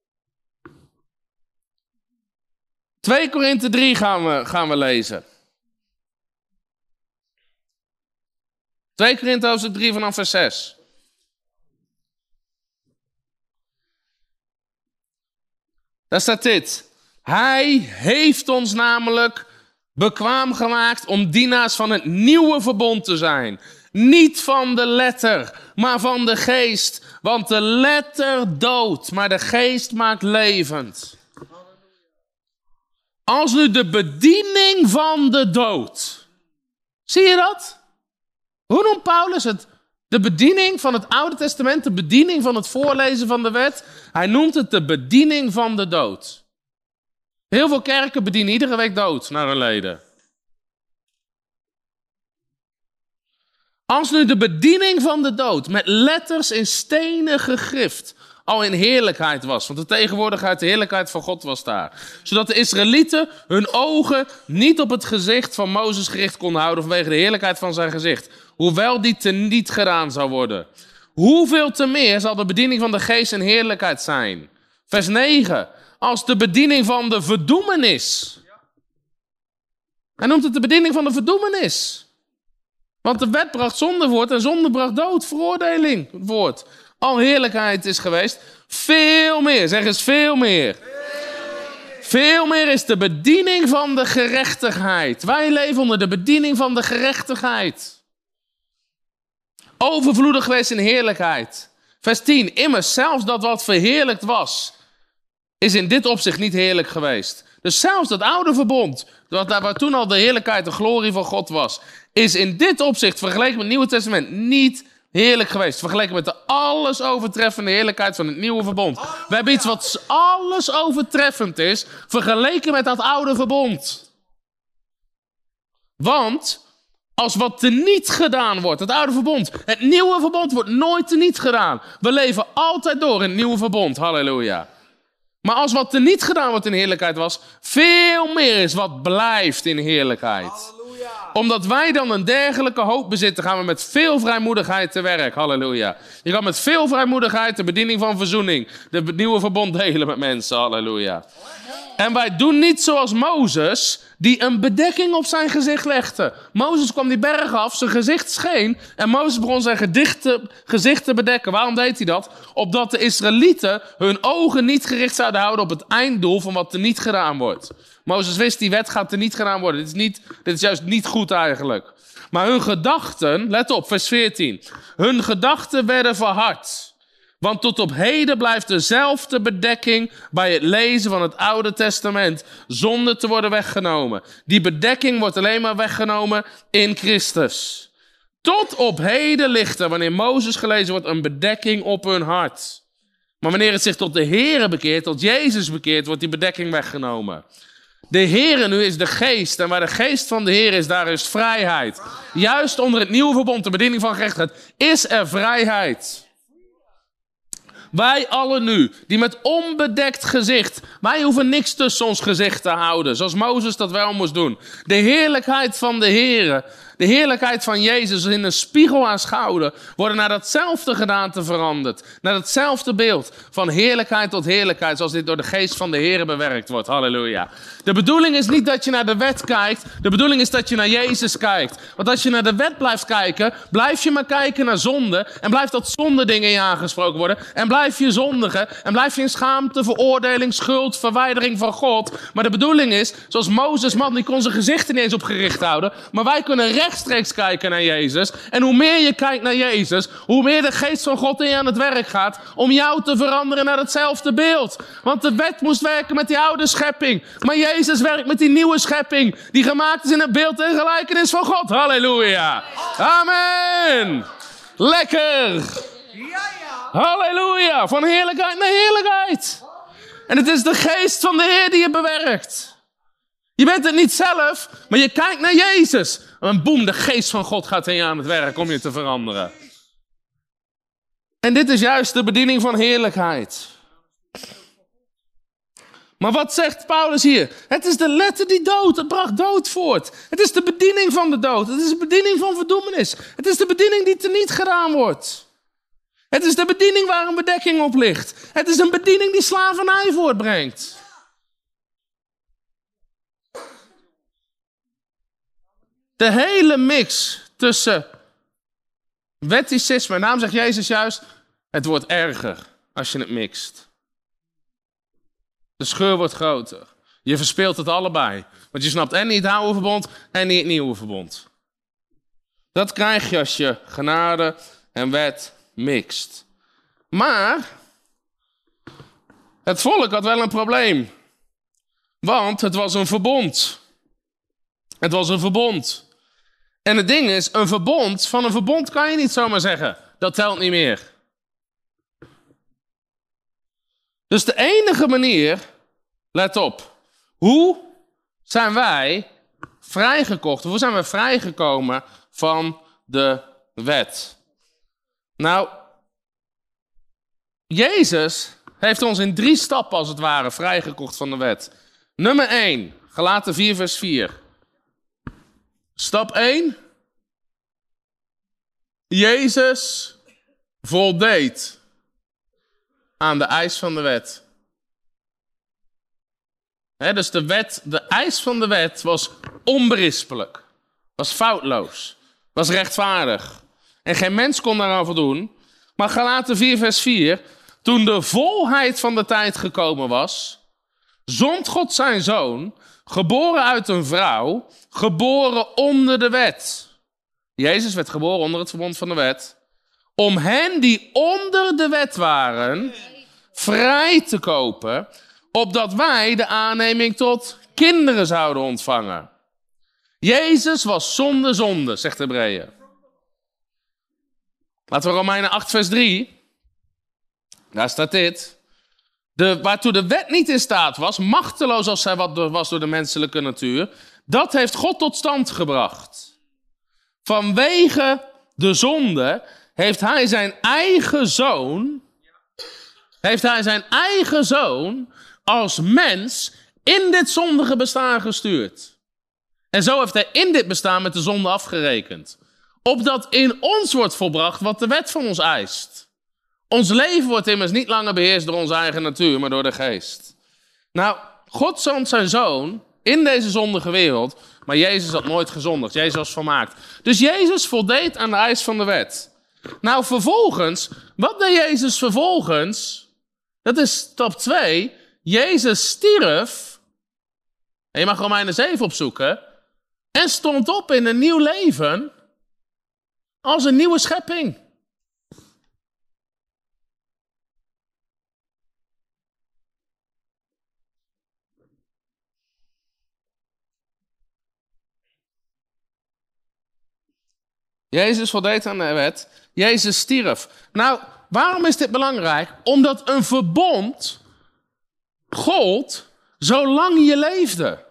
2 Korinthe 3 gaan we lezen. 2 Korinthe hoofdstuk 3 vanaf vers 6. Daar staat dit. Hij heeft ons namelijk bekwaam gemaakt om dienaars van het nieuwe verbond te zijn. Niet van de letter, maar van de geest. Want de letter doodt, maar de geest maakt levend. Als nu de bediening van de dood. Zie je dat? Hoe noemt Paulus het? De bediening van het Oude Testament, de bediening van het voorlezen van de wet. Hij noemt het de bediening van de dood. Heel veel kerken bedienen iedere week dood naar hun leden. Als nu de bediening van de dood met letters in stenen gegrift al in heerlijkheid was. Want de tegenwoordigheid, de heerlijkheid van God was daar. Zodat de Israëlieten hun ogen niet op het gezicht van Mozes gericht konden houden vanwege de heerlijkheid van zijn gezicht. Hoewel die teniet gedaan zou worden. Hoeveel te meer zal de bediening van de geest in heerlijkheid zijn? Vers 9. Als de bediening van de verdoemenis. Hij noemt het de bediening van de verdoemenis. Want de wet bracht zonde voort en zonde bracht dood, veroordeling voort. Al heerlijkheid is geweest. Veel meer, zeg eens veel meer. Veel meer is de bediening van de gerechtigheid. Wij leven onder de bediening van de gerechtigheid. Overvloedig geweest in heerlijkheid. Vers 10. Immers, zelfs dat wat verheerlijkt was, is in dit opzicht niet heerlijk geweest. Dus zelfs dat oude verbond, waar toen al de heerlijkheid, de glorie van God was, is in dit opzicht, vergeleken met het Nieuwe Testament, niet heerlijk geweest. Vergeleken met de alles overtreffende heerlijkheid van het nieuwe verbond. We hebben iets wat alles overtreffend is, vergeleken met dat oude verbond. Want als wat teniet gedaan wordt, het oude verbond, het nieuwe verbond wordt nooit teniet gedaan. We leven altijd door in het nieuwe verbond. Halleluja. Maar als wat teniet gedaan wordt in heerlijkheid was, veel meer is wat blijft in heerlijkheid. Halleluja. Omdat wij dan een dergelijke hoop bezitten, gaan we met veel vrijmoedigheid te werk. Halleluja. Je kan met veel vrijmoedigheid de bediening van verzoening, de nieuwe verbond delen met mensen. Halleluja. En wij doen niet zoals Mozes, die een bedekking op zijn gezicht legde. Mozes kwam die berg af, zijn gezicht scheen en Mozes begon zijn gezicht te bedekken. Waarom deed hij dat? Opdat de Israëlieten hun ogen niet gericht zouden houden op het einddoel van wat er niet gedaan wordt. Mozes wist, die wet gaat er niet gedaan worden. Dit is juist niet goed eigenlijk. Maar hun gedachten, let op, vers 14. Hun gedachten werden verhard. Want tot op heden blijft dezelfde bedekking bij het lezen van het Oude Testament, zonder te worden weggenomen. Die bedekking wordt alleen maar weggenomen in Christus. Tot op heden ligt er, wanneer Mozes gelezen wordt, een bedekking op hun hart. Maar wanneer het zich tot de Here bekeert, tot Jezus bekeert, wordt die bedekking weggenomen. De Here nu is de geest. En waar de geest van de Heer is, daar is vrijheid. Juist onder het nieuwe verbond, de bediening van gerechtigheid, is er vrijheid. Wij allen nu, die met onbedekt gezicht, wij hoeven niks tussen ons gezicht te houden, zoals Mozes dat wel moest doen. De heerlijkheid van de Heere, de heerlijkheid van Jezus in een spiegel aanschouwen, worden naar datzelfde gedaante veranderd. Naar datzelfde beeld, van heerlijkheid tot heerlijkheid, zoals dit door de geest van de Heere bewerkt wordt. Halleluja. De bedoeling is niet dat je naar de wet kijkt, de bedoeling is dat je naar Jezus kijkt. Want als je naar de wet blijft kijken, blijf je maar kijken naar zonde, en blijft dat zonde dingen in je aangesproken worden, en blijf je zondigen, en blijf je in schaamte, veroordeling, schuld, verwijdering van God. Maar de bedoeling is, zoals Mozes, man, die kon zijn gezicht er niet eens op gericht houden, maar wij kunnen rechtstreeks kijken naar Jezus. En hoe meer je kijkt naar Jezus, hoe meer de geest van God in je aan het werk gaat om jou te veranderen naar hetzelfde beeld. Want de wet moest werken met die oude schepping, maar Jezus werkt met die nieuwe schepping, die gemaakt is in het beeld en gelijkenis van God. Halleluja. Amen. Lekker. Halleluja. Van heerlijkheid naar heerlijkheid. En het is de geest van de Heer die je bewerkt. Je bent het niet zelf, maar je kijkt naar Jezus. En boem, de geest van God gaat in je aan het werk om je te veranderen. En dit is juist de bediening van heerlijkheid. Maar wat zegt Paulus hier? Het is de letter die dood, het bracht dood voort. Het is de bediening van de dood. Het is de bediening van verdoemenis. Het is de bediening die teniet gedaan wordt. Het is de bediening waar een bedekking op ligt. Het is een bediening die slavernij voortbrengt. De hele mix tussen wetticisme, en daarom zegt Jezus juist, het wordt erger als je het mixt. De scheur wordt groter. Je verspeelt het allebei. Want je snapt en niet het oude verbond en niet het nieuwe verbond. Dat krijg je als je genade en wet mixt. Maar het volk had wel een probleem. Want het was een verbond. Het was een verbond. En het ding is, van een verbond kan je niet zomaar zeggen. Dat telt niet meer. Dus de enige manier, let op, hoe zijn wij vrijgekocht? Hoe zijn we vrijgekomen van de wet? Nou, Jezus heeft ons in 3 stappen als het ware vrijgekocht van de wet. Nummer 1, Galaten 4 vers 4. Stap 1. Jezus voldeed aan de eis van de wet. Dus de eis van de wet was onberispelijk. Was foutloos. Was rechtvaardig. En geen mens kon daaraan voldoen. Maar Galaten 4 vers 4. Toen de volheid van de tijd gekomen was, zond God zijn zoon, geboren uit een vrouw, geboren onder de wet. Jezus werd geboren onder het verbond van de wet. Om hen die onder de wet waren, vrij te kopen, opdat wij de aanneming tot kinderen zouden ontvangen. Jezus was zonder zonde, zegt Hebreeën. Laten we Romeinen 8 vers 3. Daar staat dit. Waartoe de wet niet in staat was, machteloos als zij was door de menselijke natuur, dat heeft God tot stand gebracht. Vanwege de zonde heeft hij zijn eigen zoon als mens in dit zondige bestaan gestuurd. En zo heeft hij in dit bestaan met de zonde afgerekend. Opdat in ons wordt volbracht wat de wet van ons eist. Ons leven wordt immers niet langer beheerst door onze eigen natuur, maar door de geest. Nou, God zond zijn zoon in deze zondige wereld, maar Jezus had nooit gezondigd. Jezus was volmaakt. Dus Jezus voldeed aan de eis van de wet. Nou, vervolgens, wat deed Jezus vervolgens? Dat is stap 2. Jezus stierf, en je mag Romeinen 7 opzoeken, en stond op in een nieuw leven als een nieuwe schepping. Jezus voldeed aan de wet. Jezus stierf. Nou, waarom is dit belangrijk? Omdat een verbond gold zolang je leefde.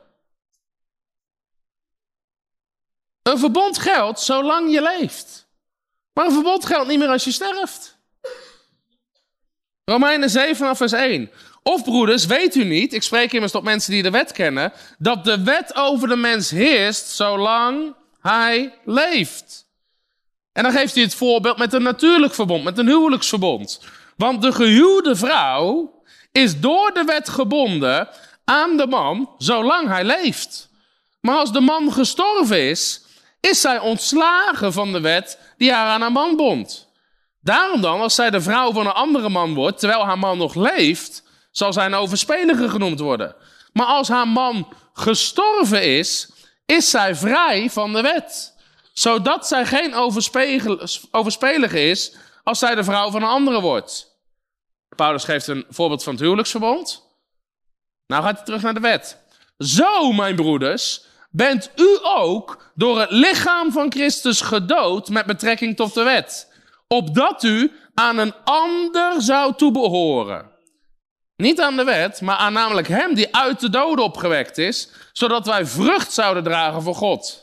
Een verbond geldt zolang je leeft. Maar een verbond geldt niet meer als je sterft. Romeinen 7 vanaf vers 1. Of broeders, weet u niet, ik spreek immers tot mensen die de wet kennen, dat de wet over de mens heerst zolang hij leeft. En dan geeft hij het voorbeeld met een natuurlijk verbond, met een huwelijksverbond. Want de gehuwde vrouw is door de wet gebonden aan de man zolang hij leeft. Maar als de man gestorven is zij ontslagen van de wet die haar aan haar man bond. Daarom dan, als zij de vrouw van een andere man wordt, terwijl haar man nog leeft, zal zij een overspelige genoemd worden. Maar als haar man gestorven is zij vrij van de wet. Zodat zij geen overspelige is als zij de vrouw van een andere wordt. Paulus geeft een voorbeeld van het huwelijksverbond. Nou gaat hij terug naar de wet. Zo, mijn broeders, bent u ook door het lichaam van Christus gedood met betrekking tot de wet. Opdat u aan een ander zou toebehoren. Niet aan de wet, maar aan namelijk hem die uit de doden opgewekt is, zodat wij vrucht zouden dragen voor God.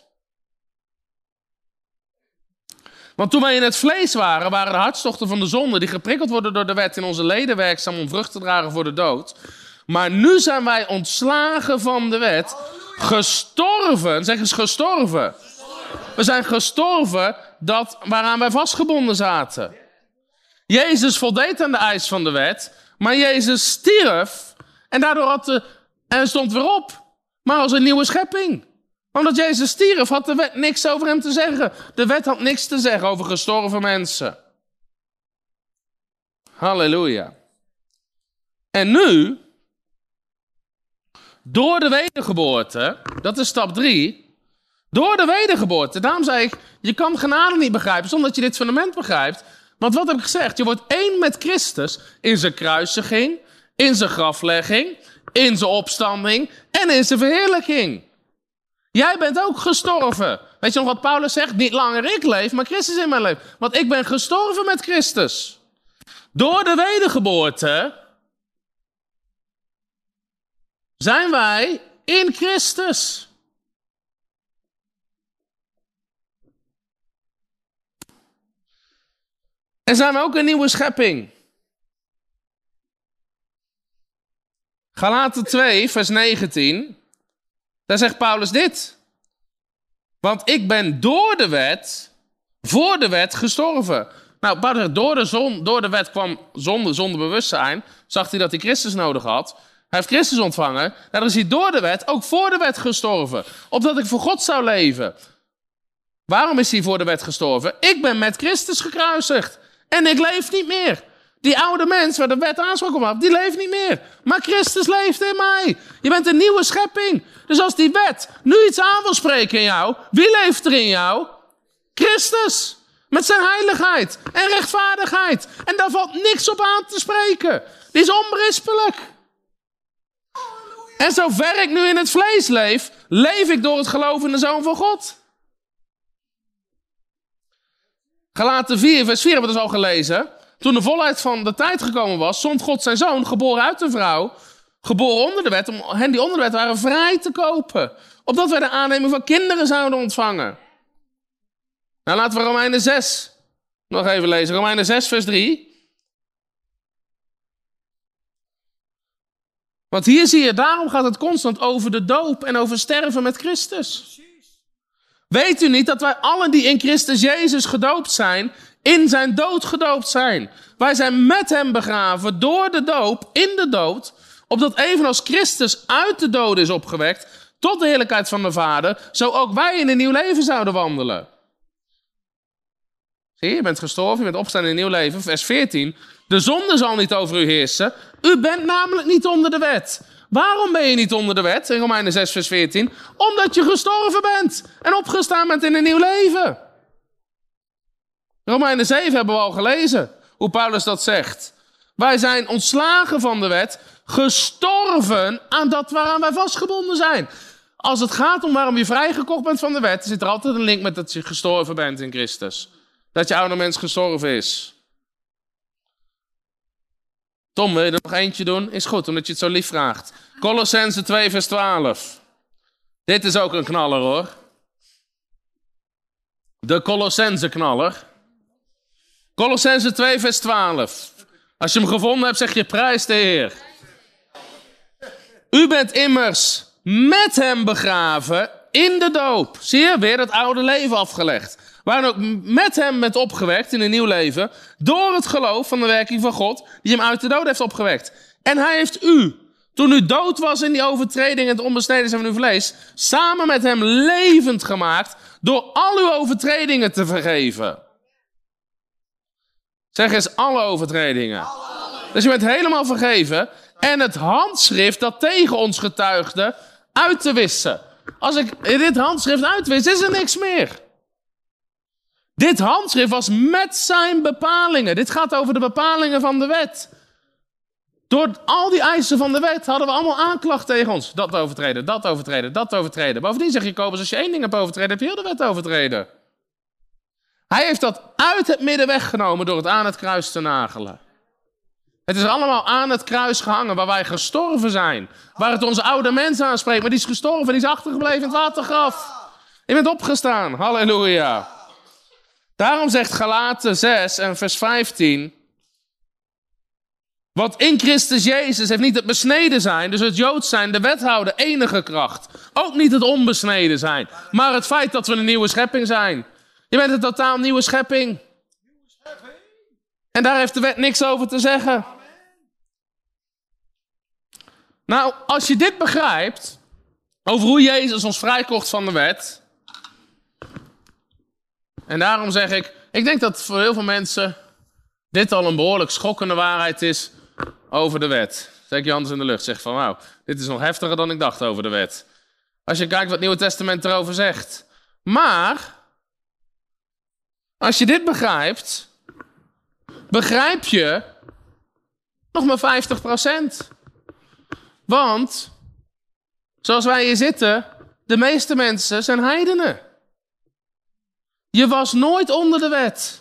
Want toen wij in het vlees waren de hartstochten van de zonde die geprikkeld worden door de wet in onze leden werkzaam om vrucht te dragen voor de dood. Maar nu zijn wij ontslagen van de wet, gestorven, zeg eens gestorven. We zijn gestorven waaraan wij vastgebonden zaten. Jezus voldeed aan de eis van de wet, maar Jezus stierf en daardoor stond weer op, maar als een nieuwe schepping. Omdat Jezus stierf, had de wet niks over hem te zeggen. De wet had niks te zeggen over gestorven mensen. Halleluja. En nu, door de wedergeboorte, dat is stap 3. Door de wedergeboorte, daarom zei ik, je kan genade niet begrijpen zonder dat je dit fundament begrijpt. Want wat heb ik gezegd? Je wordt één met Christus in zijn kruisiging, in zijn graflegging, in zijn opstanding en in zijn verheerlijking. Jij bent ook gestorven. Weet je nog wat Paulus zegt? Niet langer ik leef, maar Christus in mijn leven. Want ik ben gestorven met Christus. Door de wedergeboorte zijn wij in Christus. En zijn we ook een nieuwe schepping. Galaten 2, vers 19. Daar zegt Paulus dit. Want ik ben door de wet, voor de wet gestorven. Nou, Paulus zegt, door de wet kwam zonde, zonder bewustzijn. Zag hij dat hij Christus nodig had. Hij heeft Christus ontvangen. Daardoor is hij door de wet, ook voor de wet gestorven. Opdat ik voor God zou leven. Waarom is hij voor de wet gestorven? Ik ben met Christus gekruisigd. En ik leef niet meer. Die oude mens waar de wet aanspraak op had, die leeft niet meer. Maar Christus leeft in mij. Je bent een nieuwe schepping. Dus als die wet nu iets aan wil spreken in jou, wie leeft er in jou? Christus. Met zijn heiligheid en rechtvaardigheid. En daar valt niks op aan te spreken. Die is onberispelijk. En zover ik nu in het vlees leef, leef ik door het geloof in de Zoon van God. Galaten 4, vers 4 hebben we dus al gelezen. Toen de volheid van de tijd gekomen was, zond God zijn zoon, geboren uit een vrouw, geboren onder de wet, om hen die onder de wet waren vrij te kopen. Opdat wij de aanneming van kinderen zouden ontvangen. Nou, laten we Romeinen 6 nog even lezen. Romeinen 6, vers 3. Want hier zie je, daarom gaat het constant over de doop en over sterven met Christus. Weet u niet dat wij allen die in Christus Jezus gedoopt zijn, in zijn dood gedoopt zijn? Wij zijn met hem begraven door de doop, in de dood, Opdat evenals Christus uit de doden is opgewekt tot de heerlijkheid van de Vader, zo ook wij in een nieuw leven zouden wandelen. Zie je bent gestorven, je bent opgestaan in een nieuw leven. Vers 14. De zonde zal niet over u heersen. U bent namelijk niet onder de wet. Waarom ben je niet onder de wet? In Romeinen 6 vers 14. Omdat je gestorven bent en opgestaan bent in een nieuw leven. Romeinen 7 hebben we al gelezen, hoe Paulus dat zegt. Wij zijn ontslagen van de wet, gestorven aan dat waaraan wij vastgebonden zijn. Als het gaat om waarom je vrijgekocht bent van de wet, zit er altijd een link met dat je gestorven bent in Christus. Dat je oude mens gestorven is. Tom, wil je er nog eentje doen? Is goed, omdat je het zo lief vraagt. Colossenzen 2 vers 12. Dit is ook een knaller hoor. De Colossenzen knaller. Colossenzen 2 vers 12. Als je hem gevonden hebt, zeg je prijs de Heer. U bent immers met hem begraven in de doop. Zie je, weer dat oude leven afgelegd. Waar ook met hem bent opgewekt in een nieuw leven, door het geloof van de werking van God, die hem uit de dood heeft opgewekt. En hij heeft u, toen u dood was in die overtreding en het onbesneden zijn van uw vlees, samen met hem levend gemaakt, door al uw overtredingen te vergeven. Zeg eens, alle overtredingen. Dus je bent helemaal vergeven. En het handschrift dat tegen ons getuigde, uit te wissen. Als ik dit handschrift uitwis, is er niks meer. Dit handschrift was met zijn bepalingen. Dit gaat over de bepalingen van de wet. Door al die eisen van de wet hadden we allemaal aanklacht tegen ons. Dat overtreden, dat overtreden, dat overtreden. Bovendien zegt Jacobus, als je één ding hebt overtreden, heb je heel de wet overtreden. Hij heeft dat uit het midden weggenomen door het aan het kruis te nagelen. Het is allemaal aan het kruis gehangen waar wij gestorven zijn. Waar het onze oude mens aanspreekt, maar die is gestorven, die is achtergebleven in het watergraf. Je bent opgestaan, halleluja. Daarom zegt Galaten 6 en vers 15... Want in Christus Jezus heeft niet het besneden zijn, dus het Joods zijn, de wethouder enige kracht. Ook niet het onbesneden zijn, maar het feit dat we een nieuwe schepping zijn. Je bent een totaal nieuwe schepping. En daar heeft de wet niks over te zeggen. Nou, als je dit begrijpt, over hoe Jezus ons vrijkocht van de wet. En daarom zeg ik denk dat voor heel veel mensen dit al een behoorlijk schokkende waarheid is over de wet. Steek je handen in de lucht, zeg van wauw, dit is nog heftiger dan ik dacht over de wet. Als je kijkt wat het Nieuwe Testament erover zegt. Maar, als je dit begrijpt, begrijp je nog maar 50%. Want, zoals wij hier zitten, de meeste mensen zijn heidenen. Je was nooit onder de wet.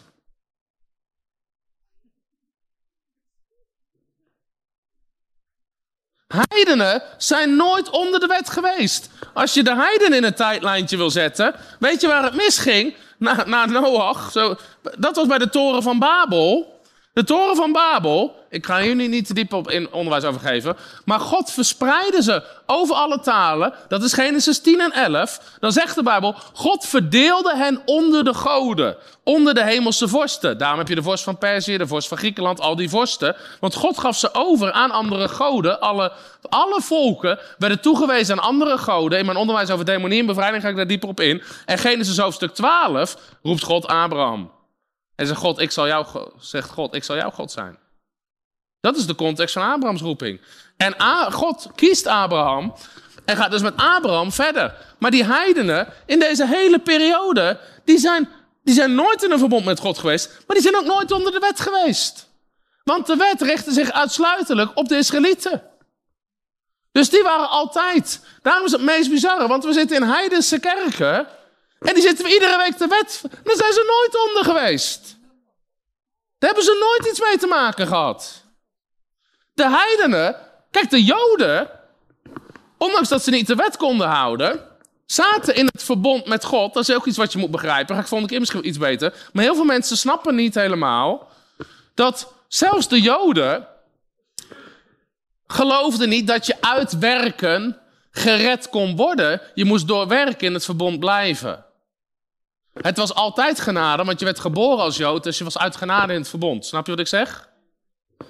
Heidenen zijn nooit onder de wet geweest. Als je de heidenen in een tijdlijntje wil zetten, weet je waar het misging? Na Noach, dat was bij de toren van Babel. De toren van Babel, ik ga hier niet te diep op in onderwijs over geven, maar God verspreidde ze over alle talen. Dat is Genesis 10 en 11. Dan zegt de Bijbel, God verdeelde hen onder de goden, onder de hemelse vorsten. Daarom heb je de vorst van Perzië, de vorst van Griekenland, al die vorsten. Want God gaf ze over aan andere goden. Alle volken werden toegewezen aan andere goden. In mijn onderwijs over demonie en bevrijding ga ik daar dieper op in. En Genesis hoofdstuk 12 roept God Abraham. En zegt God, ik zal jouw God zijn. Dat is de context van Abrahams roeping. En God kiest Abraham en gaat dus met Abraham verder. Maar die heidenen in deze hele periode, die zijn nooit in een verbond met God geweest, maar die zijn ook nooit onder de wet geweest. Want de wet richtte zich uitsluitelijk op de Israëlieten. Dus die waren altijd. Daarom is het meest bizarre, want we zitten in heidense kerken. En die zitten we iedere week de wet. Daar zijn ze nooit onder geweest. Daar hebben ze nooit iets mee te maken gehad. De heidenen, kijk de Joden, ondanks dat ze niet de wet konden houden, zaten in het verbond met God. Dat is ook iets wat je moet begrijpen. Daar ga ik volgende keer misschien iets beter. Maar heel veel mensen snappen niet helemaal dat zelfs de Joden geloofden niet dat je uit werken gered kon worden. Je moest door werken in het verbond blijven. Het was altijd genade, want je werd geboren als Jood, dus je was uit genade in het verbond. Snap je wat ik zeg?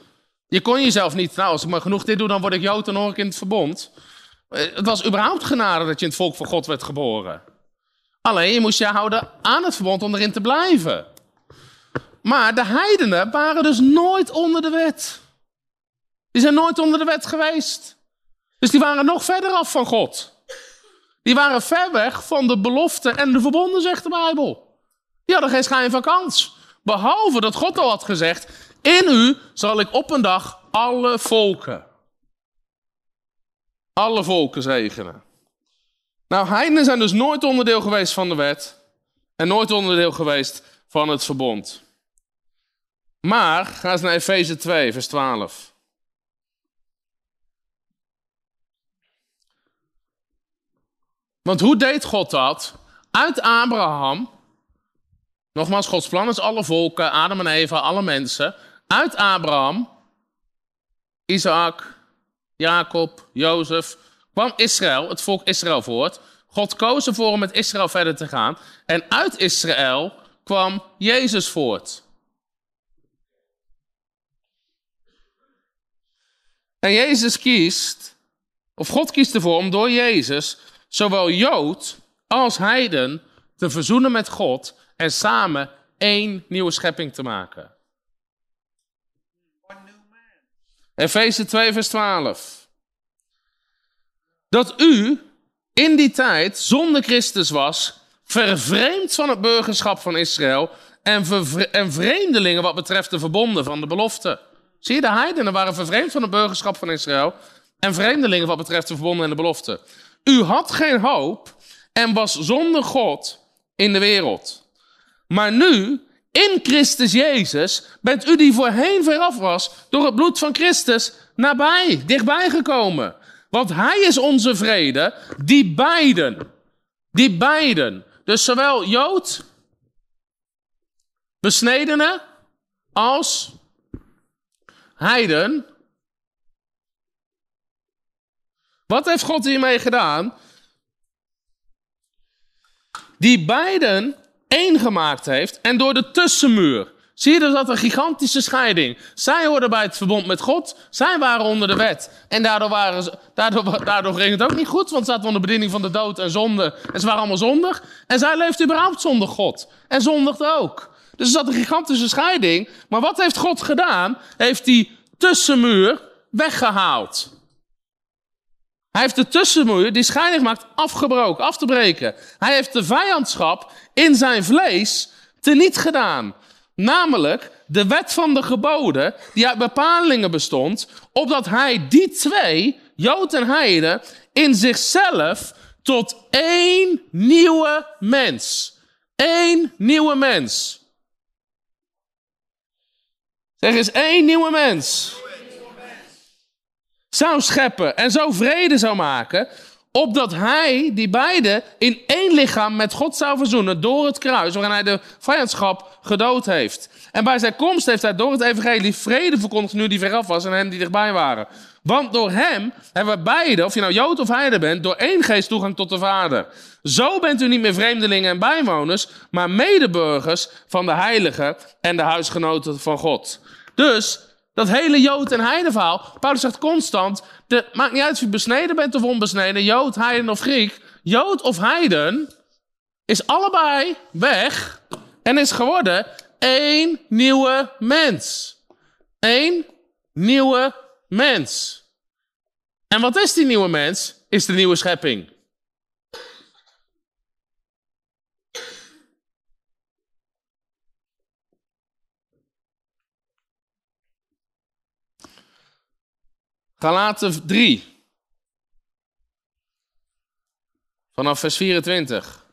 Je kon jezelf niet, nou als ik maar genoeg dit doe, dan word ik Jood en hoor ik in het verbond. Het was überhaupt genade dat je in het volk van God werd geboren. Alleen je moest je houden aan het verbond om erin te blijven. Maar de heidenen waren dus nooit onder de wet. Die zijn nooit onder de wet geweest. Dus die waren nog verder af van God. Die waren ver weg van de belofte en de verbonden, zegt de Bijbel. Die hadden geen schijn van kans. Behalve dat God al had gezegd, in u zal ik op een dag alle volken zegenen. Nou, heidenen zijn dus nooit onderdeel geweest van de wet. En nooit onderdeel geweest van het verbond. Maar, ga eens naar Efeze 2, vers 12. Want hoe deed God dat? Uit Abraham, nogmaals, Gods plan is alle volken, Adam en Eva, alle mensen. Uit Abraham, Isaac, Jacob, Jozef, kwam Israël, het volk Israël voort. God koos ervoor om met Israël verder te gaan. En uit Israël kwam Jezus voort. En Jezus kiest, of God kiest ervoor om door Jezus zowel Jood als heiden te verzoenen met God en samen één nieuwe schepping te maken. Efeze 2 vers 12. Dat u in die tijd zonder Christus was, vervreemd van het burgerschap van Israël en vreemdelingen wat betreft de verbonden van de belofte. Zie je, de heidenen waren vervreemd van het burgerschap van Israël en vreemdelingen wat betreft de verbonden en de belofte. U had geen hoop en was zonder God in de wereld. Maar nu, in Christus Jezus, bent u die voorheen veraf was, door het bloed van Christus dichtbij gekomen. Want hij is onze vrede, die beiden, dus zowel Jood, besnedene, als heiden. Wat heeft God hiermee gedaan? Die beiden één gemaakt heeft en door de tussenmuur. Zie je dus dat een gigantische scheiding. Zij hoorden bij het verbond met God, zij waren onder de wet. En daardoor ging het ook niet goed, want ze zaten onder bediening van de dood en zonde. En ze waren allemaal zondig. En zij leefde überhaupt zonder God. En zondigde ook. Dus er zat een gigantische scheiding. Maar wat heeft God gedaan? Heeft die tussenmuur weggehaald. Hij heeft de tussenmuur, die scheiding maakt, afgebroken, af te breken. Hij heeft de vijandschap in zijn vlees teniet gedaan. Namelijk de wet van de geboden, die uit bepalingen bestond, opdat hij die twee, Jood en heiden, in zichzelf tot één nieuwe mens. Zeg eens, één nieuwe mens. Zou scheppen en zo vrede zou maken, opdat hij die beide in één lichaam met God zou verzoenen door het kruis, waarin hij de vijandschap gedood heeft. En bij zijn komst heeft hij door het evangelie vrede verkondigd nu die veraf was en hen die dichtbij waren. Want door hem hebben we beide, of je nou Jood of heiden bent, door één geest toegang tot de Vader. Zo bent u niet meer vreemdelingen en bijwoners, maar medeburgers van de heiligen en de huisgenoten van God. Dus dat hele Jood en heiden verhaal, Paulus zegt constant, maakt niet uit of je besneden bent of onbesneden, Jood, heiden of Griek. Jood of heiden is allebei weg en is geworden één nieuwe mens. Eén nieuwe mens. En wat is die nieuwe mens? Is de nieuwe schepping. Galaten 3. Vanaf vers 24.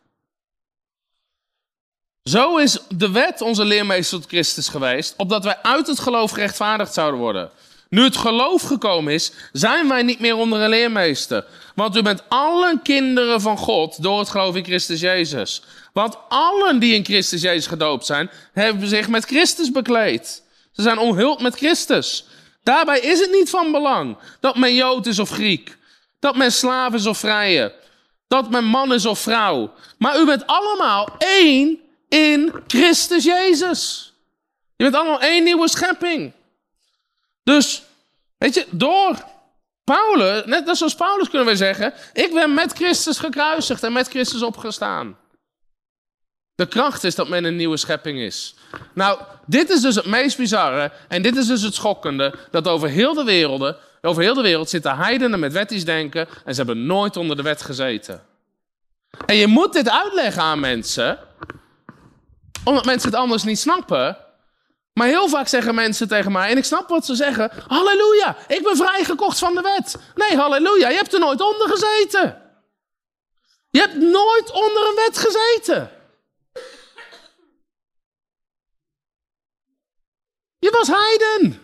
Zo is de wet onze leermeester tot Christus geweest, opdat wij uit het geloof gerechtvaardigd zouden worden. Nu het geloof gekomen is, zijn wij niet meer onder een leermeester. Want u bent allen kinderen van God door het geloof in Christus Jezus. Want allen die in Christus Jezus gedoopt zijn, hebben zich met Christus bekleed. Ze zijn omhuld met Christus. Daarbij is het niet van belang dat men Jood is of Griek, dat men slaaf is of vrije, dat men man is of vrouw. Maar u bent allemaal één in Christus Jezus. Je bent allemaal één nieuwe schepping. Dus, weet je, door Paulus, net zoals Paulus kunnen we zeggen, ik ben met Christus gekruisigd en met Christus opgestaan. De kracht is dat men een nieuwe schepping is. Nou, dit is dus het meest bizarre en dit is dus het schokkende, dat over heel de wereld zitten heidenen met wettisch denken en ze hebben nooit onder de wet gezeten. En je moet dit uitleggen aan mensen, omdat mensen het anders niet snappen. Maar heel vaak zeggen mensen tegen mij, en ik snap wat ze zeggen, halleluja, ik ben vrijgekocht van de wet. Nee, halleluja, je hebt er nooit onder gezeten. Je hebt nooit onder een wet gezeten. Je was heiden.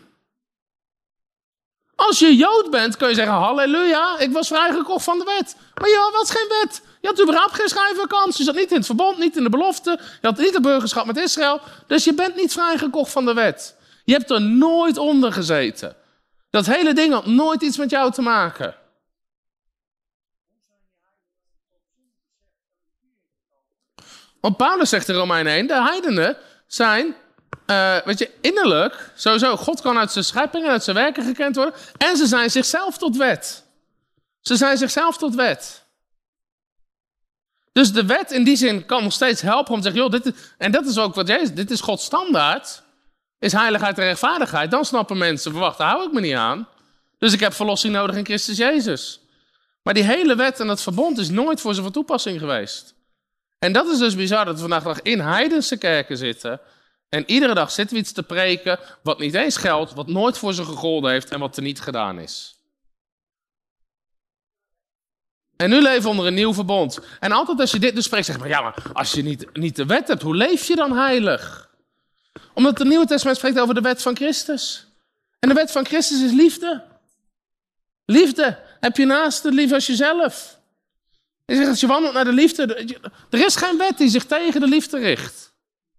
Als je Jood bent, kun je zeggen, halleluja, ik was vrijgekocht van de wet. Maar je was geen wet. Je had überhaupt geen schrijfvakantie. Je zat niet in het verbond, niet in de belofte. Je had niet het burgerschap met Israël. Dus je bent niet vrijgekocht van de wet. Je hebt er nooit onder gezeten. Dat hele ding had nooit iets met jou te maken. Want Paulus zegt in Romeinen 1, de heidenen zijn, innerlijk, sowieso, God kan uit zijn schepping en uit zijn werken gekend worden. En ze zijn zichzelf tot wet. Ze zijn zichzelf tot wet. Dus de wet in die zin kan nog steeds helpen om te zeggen, joh, en dat is ook wat Jezus, dit is Gods standaard, is heiligheid en rechtvaardigheid. Dan snappen mensen, wacht, daar hou ik me niet aan. Dus ik heb verlossing nodig in Christus Jezus. Maar die hele wet en dat verbond is nooit voor ze van toepassing geweest. En dat is dus bizar dat we vandaag de dag in heidense kerken zitten. En iedere dag zitten we iets te preken wat niet eens geldt, wat nooit voor ze gegolden heeft en wat er niet gedaan is. En nu leven we onder een nieuw verbond. En altijd als je dit dus spreekt, zeg maar, ja, maar als je niet de wet hebt, hoe leef je dan heilig? Omdat het Nieuwe Testament spreekt over de wet van Christus. En de wet van Christus is liefde. Liefde. Heb je naaste lief als jezelf. Je zegt, als je wandelt naar de liefde, er is geen wet die zich tegen de liefde richt.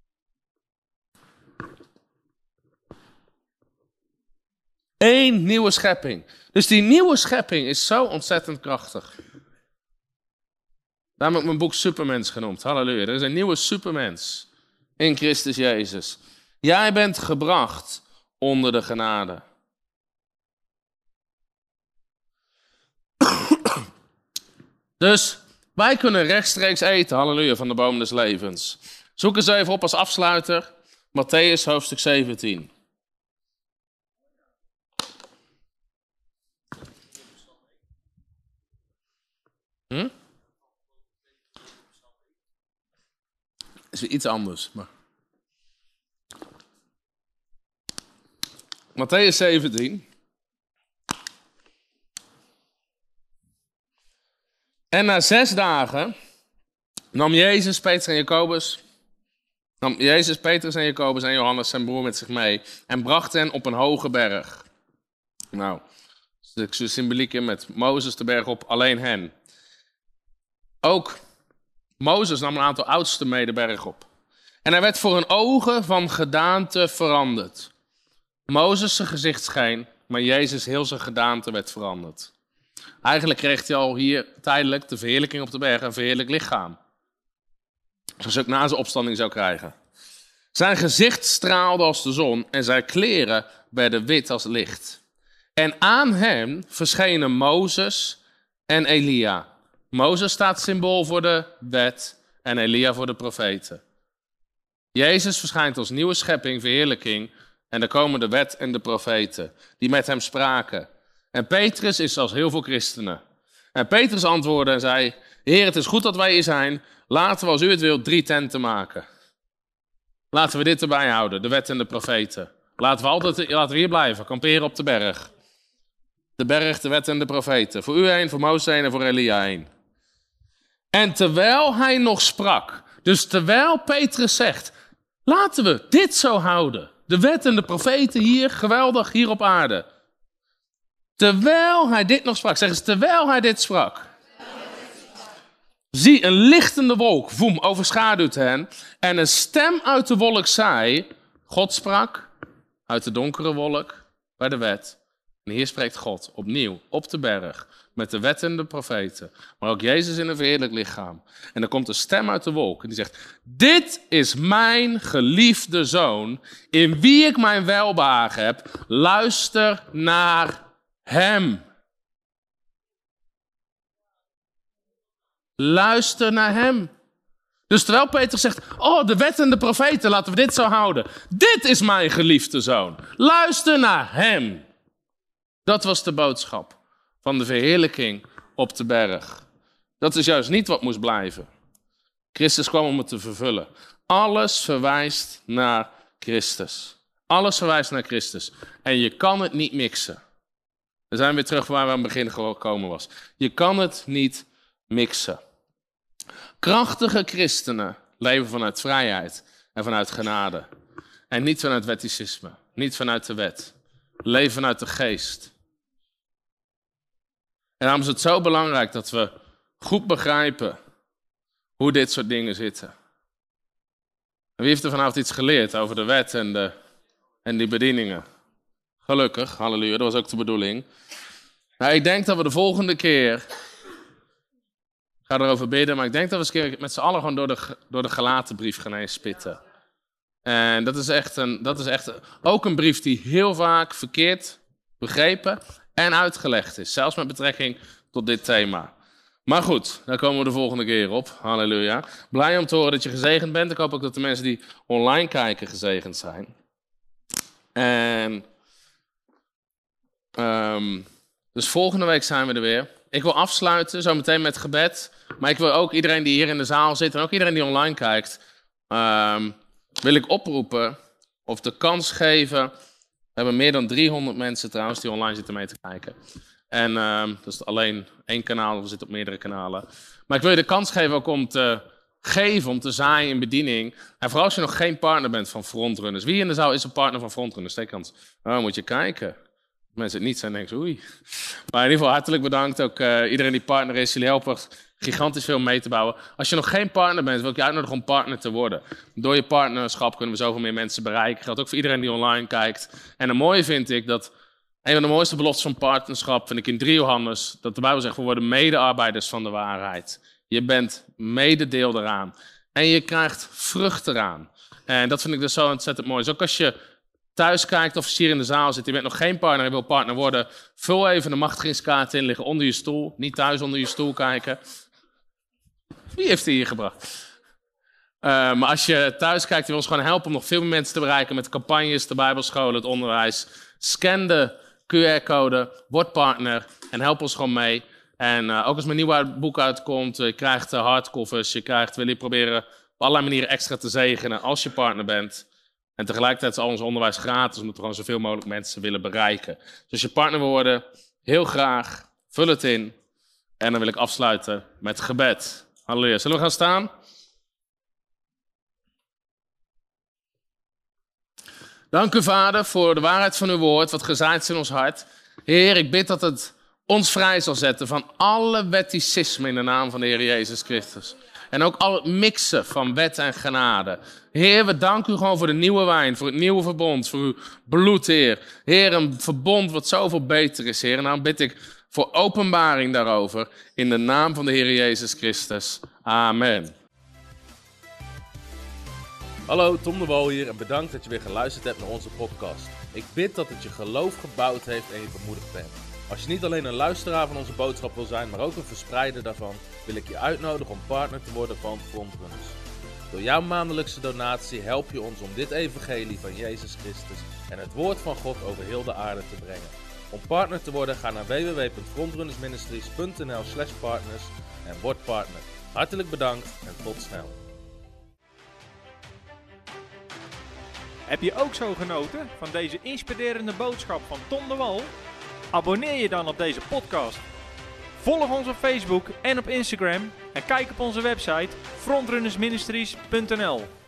Eén nieuwe schepping. Dus die nieuwe schepping is zo ontzettend krachtig. Daarom heb ik mijn boek Supermens genoemd. Halleluja. Er is een nieuwe supermens in Christus Jezus. Jij bent gebracht onder de genade. Dus wij kunnen rechtstreeks eten, halleluja, van de boom des levens. Zoek eens even op als afsluiter. Mattheüs hoofdstuk 17. Is weer iets anders. Maar... Mattheüs 17. En na 6 dagen nam Jezus, Petrus en Jacobus en Johannes zijn broer met zich mee en bracht hen op een hoge berg. Nou, dat is symboliek in met Mozes de berg op, alleen hen. Ook Mozes nam een aantal oudsten mee de berg op. En hij werd voor hun ogen van gedaante veranderd. Mozes zijn gezicht scheen, maar Jezus heel zijn gedaante werd veranderd. Eigenlijk kreeg hij al hier tijdelijk de verheerlijking op de berg, een verheerlijk lichaam. Zoals hij ook na zijn opstanding zou krijgen. Zijn gezicht straalde als de zon en zijn kleren werden wit als licht. En aan hem verschenen Mozes en Elia. Mozes staat symbool voor de wet en Elia voor de profeten. Jezus verschijnt als nieuwe schepping, verheerlijking. En er komen de wet en de profeten die met hem spraken. En Petrus is als heel veel christenen. En Petrus antwoordde en zei, Heer, het is goed dat wij hier zijn. Laten we, als u het wilt, 3 tenten maken. Laten we dit erbij houden, de wet en de profeten. Laten we hier blijven, kamperen op de berg. De berg, de wet en de profeten. Voor u 1, voor Mozes 1 en voor Elia 1. En terwijl hij nog sprak, dus terwijl Petrus zegt, laten we dit zo houden. De wet en de profeten hier, geweldig, hier op aarde. Terwijl hij dit nog sprak, zeg eens, terwijl hij dit sprak. Zie, een lichtende wolk, voem, overschaduwt hen. En een stem uit de wolk zei, God sprak uit de donkere wolk bij de wet. En hier spreekt God opnieuw op de berg met de wet en de profeten, maar ook Jezus in een verheerlijk lichaam. En er komt een stem uit de wolk en die zegt: dit is mijn geliefde zoon, in wie ik mijn welbehagen heb. Luister naar hem. Luister naar hem. Dus terwijl Peter zegt: oh, de wet en de profeten, laten we dit zo houden. Dit is mijn geliefde zoon. Luister naar hem. Dat was de boodschap van de verheerlijking op de berg. Dat is juist niet wat moest blijven. Christus kwam om het te vervullen. Alles verwijst naar Christus. Alles verwijst naar Christus. En je kan het niet mixen. We zijn weer terug waar we aan het begin gekomen was. Je kan het niet mixen. Krachtige christenen leven vanuit vrijheid en vanuit genade. En niet vanuit wetticisme. Niet vanuit de wet. Leven vanuit de geest. En daarom is het zo belangrijk dat we goed begrijpen hoe dit soort dingen zitten. En wie heeft er vanavond iets geleerd over de wet en die bedieningen? Gelukkig, halleluja, dat was ook de bedoeling. Nou, ik denk dat we de volgende keer, ik ga erover bidden, maar ik denk dat we eens een keer met z'n allen gewoon door de Galatenbrief gaan heen spitten. En dat is echt ook een brief die heel vaak verkeerd begrepen en uitgelegd is. Zelfs met betrekking tot dit thema. Maar goed, daar komen we de volgende keer op. Halleluja. Blij om te horen dat je gezegend bent. Ik hoop ook dat de mensen die online kijken gezegend zijn. En dus volgende week zijn we er weer. Ik wil afsluiten, zo meteen met gebed. Maar ik wil ook iedereen die hier in de zaal zit en ook iedereen die online kijkt, wil ik oproepen of de kans geven. We hebben meer dan 300 mensen trouwens die online zitten mee te kijken. En dat is alleen één kanaal, we zitten op meerdere kanalen. Maar ik wil je de kans geven ook om te geven, om te zaaien in bediening. En vooral als je nog geen partner bent van Frontrunners. Wie in de zaal is een partner van Frontrunners? Steek hand. Oh, moet je kijken. Als mensen het niet zijn, denken ze oei. Maar in ieder geval hartelijk bedankt. Ook iedereen die partner is. Jullie helpen gigantisch veel mee te bouwen. Als je nog geen partner bent, wil ik je uitnodigen om partner te worden. Door je partnerschap kunnen we zoveel meer mensen bereiken. Dat geldt ook voor iedereen die online kijkt. En het mooie vind ik dat een van de mooiste beloftes van partnerschap vind ik in 3 Johannes, dat de Bijbel zegt, we worden medearbeiders van de waarheid. Je bent mededeel eraan. En je krijgt vrucht eraan. En dat vind ik dus zo ontzettend mooi. Dus ook als je thuis kijkt of als je hier in de zaal zit, je bent nog geen partner en wil partner worden, vul even de machtigingskaart in, liggen onder je stoel. Niet thuis onder je stoel kijken. Wie heeft die hier gebracht? Maar als je thuis kijkt, je wil ons gewoon helpen om nog veel meer mensen te bereiken met campagnes, de Bijbelscholen, het onderwijs. Scan de QR-code, word partner en help ons gewoon mee. En ook als mijn nieuwe boek uitkomt, je krijgt hardcovers, wil je proberen op allerlei manieren extra te zegenen als je partner bent. En tegelijkertijd is al ons onderwijs gratis, omdat we gewoon zoveel mogelijk mensen willen bereiken. Dus als je partner wil worden, heel graag, vul het in. En dan wil ik afsluiten met gebed. Halleluja. Zullen we gaan staan? Dank u, Vader, voor de waarheid van uw woord, wat gezaaid is in ons hart. Heer, ik bid dat het ons vrij zal zetten van alle wetticisme in de naam van de Heer Jezus Christus. En ook al het mixen van wet en genade. Heer, we danken u gewoon voor de nieuwe wijn, voor het nieuwe verbond, voor uw bloed, Heer. Heer, een verbond wat zoveel beter is, Heer. En daarom bid ik voor openbaring daarover in de naam van de Heer Jezus Christus. Amen. Hallo, Tom de Wal hier en bedankt dat je weer geluisterd hebt naar onze podcast. Ik bid dat het je geloof gebouwd heeft en je bemoedigd bent. Als je niet alleen een luisteraar van onze boodschap wil zijn, maar ook een verspreider daarvan, wil ik je uitnodigen om partner te worden van Frontrunners. Door jouw maandelijkse donatie help je ons om dit evangelie van Jezus Christus en het woord van God over heel de aarde te brengen. Om partner te worden, ga naar www.frontrunnersministries.nl/partners en word partner. Hartelijk bedankt en tot snel. Heb je ook zo genoten van deze inspirerende boodschap van Tom de Wal? Abonneer je dan op deze podcast. Volg ons op Facebook en op Instagram en kijk op onze website frontrunnersministries.nl.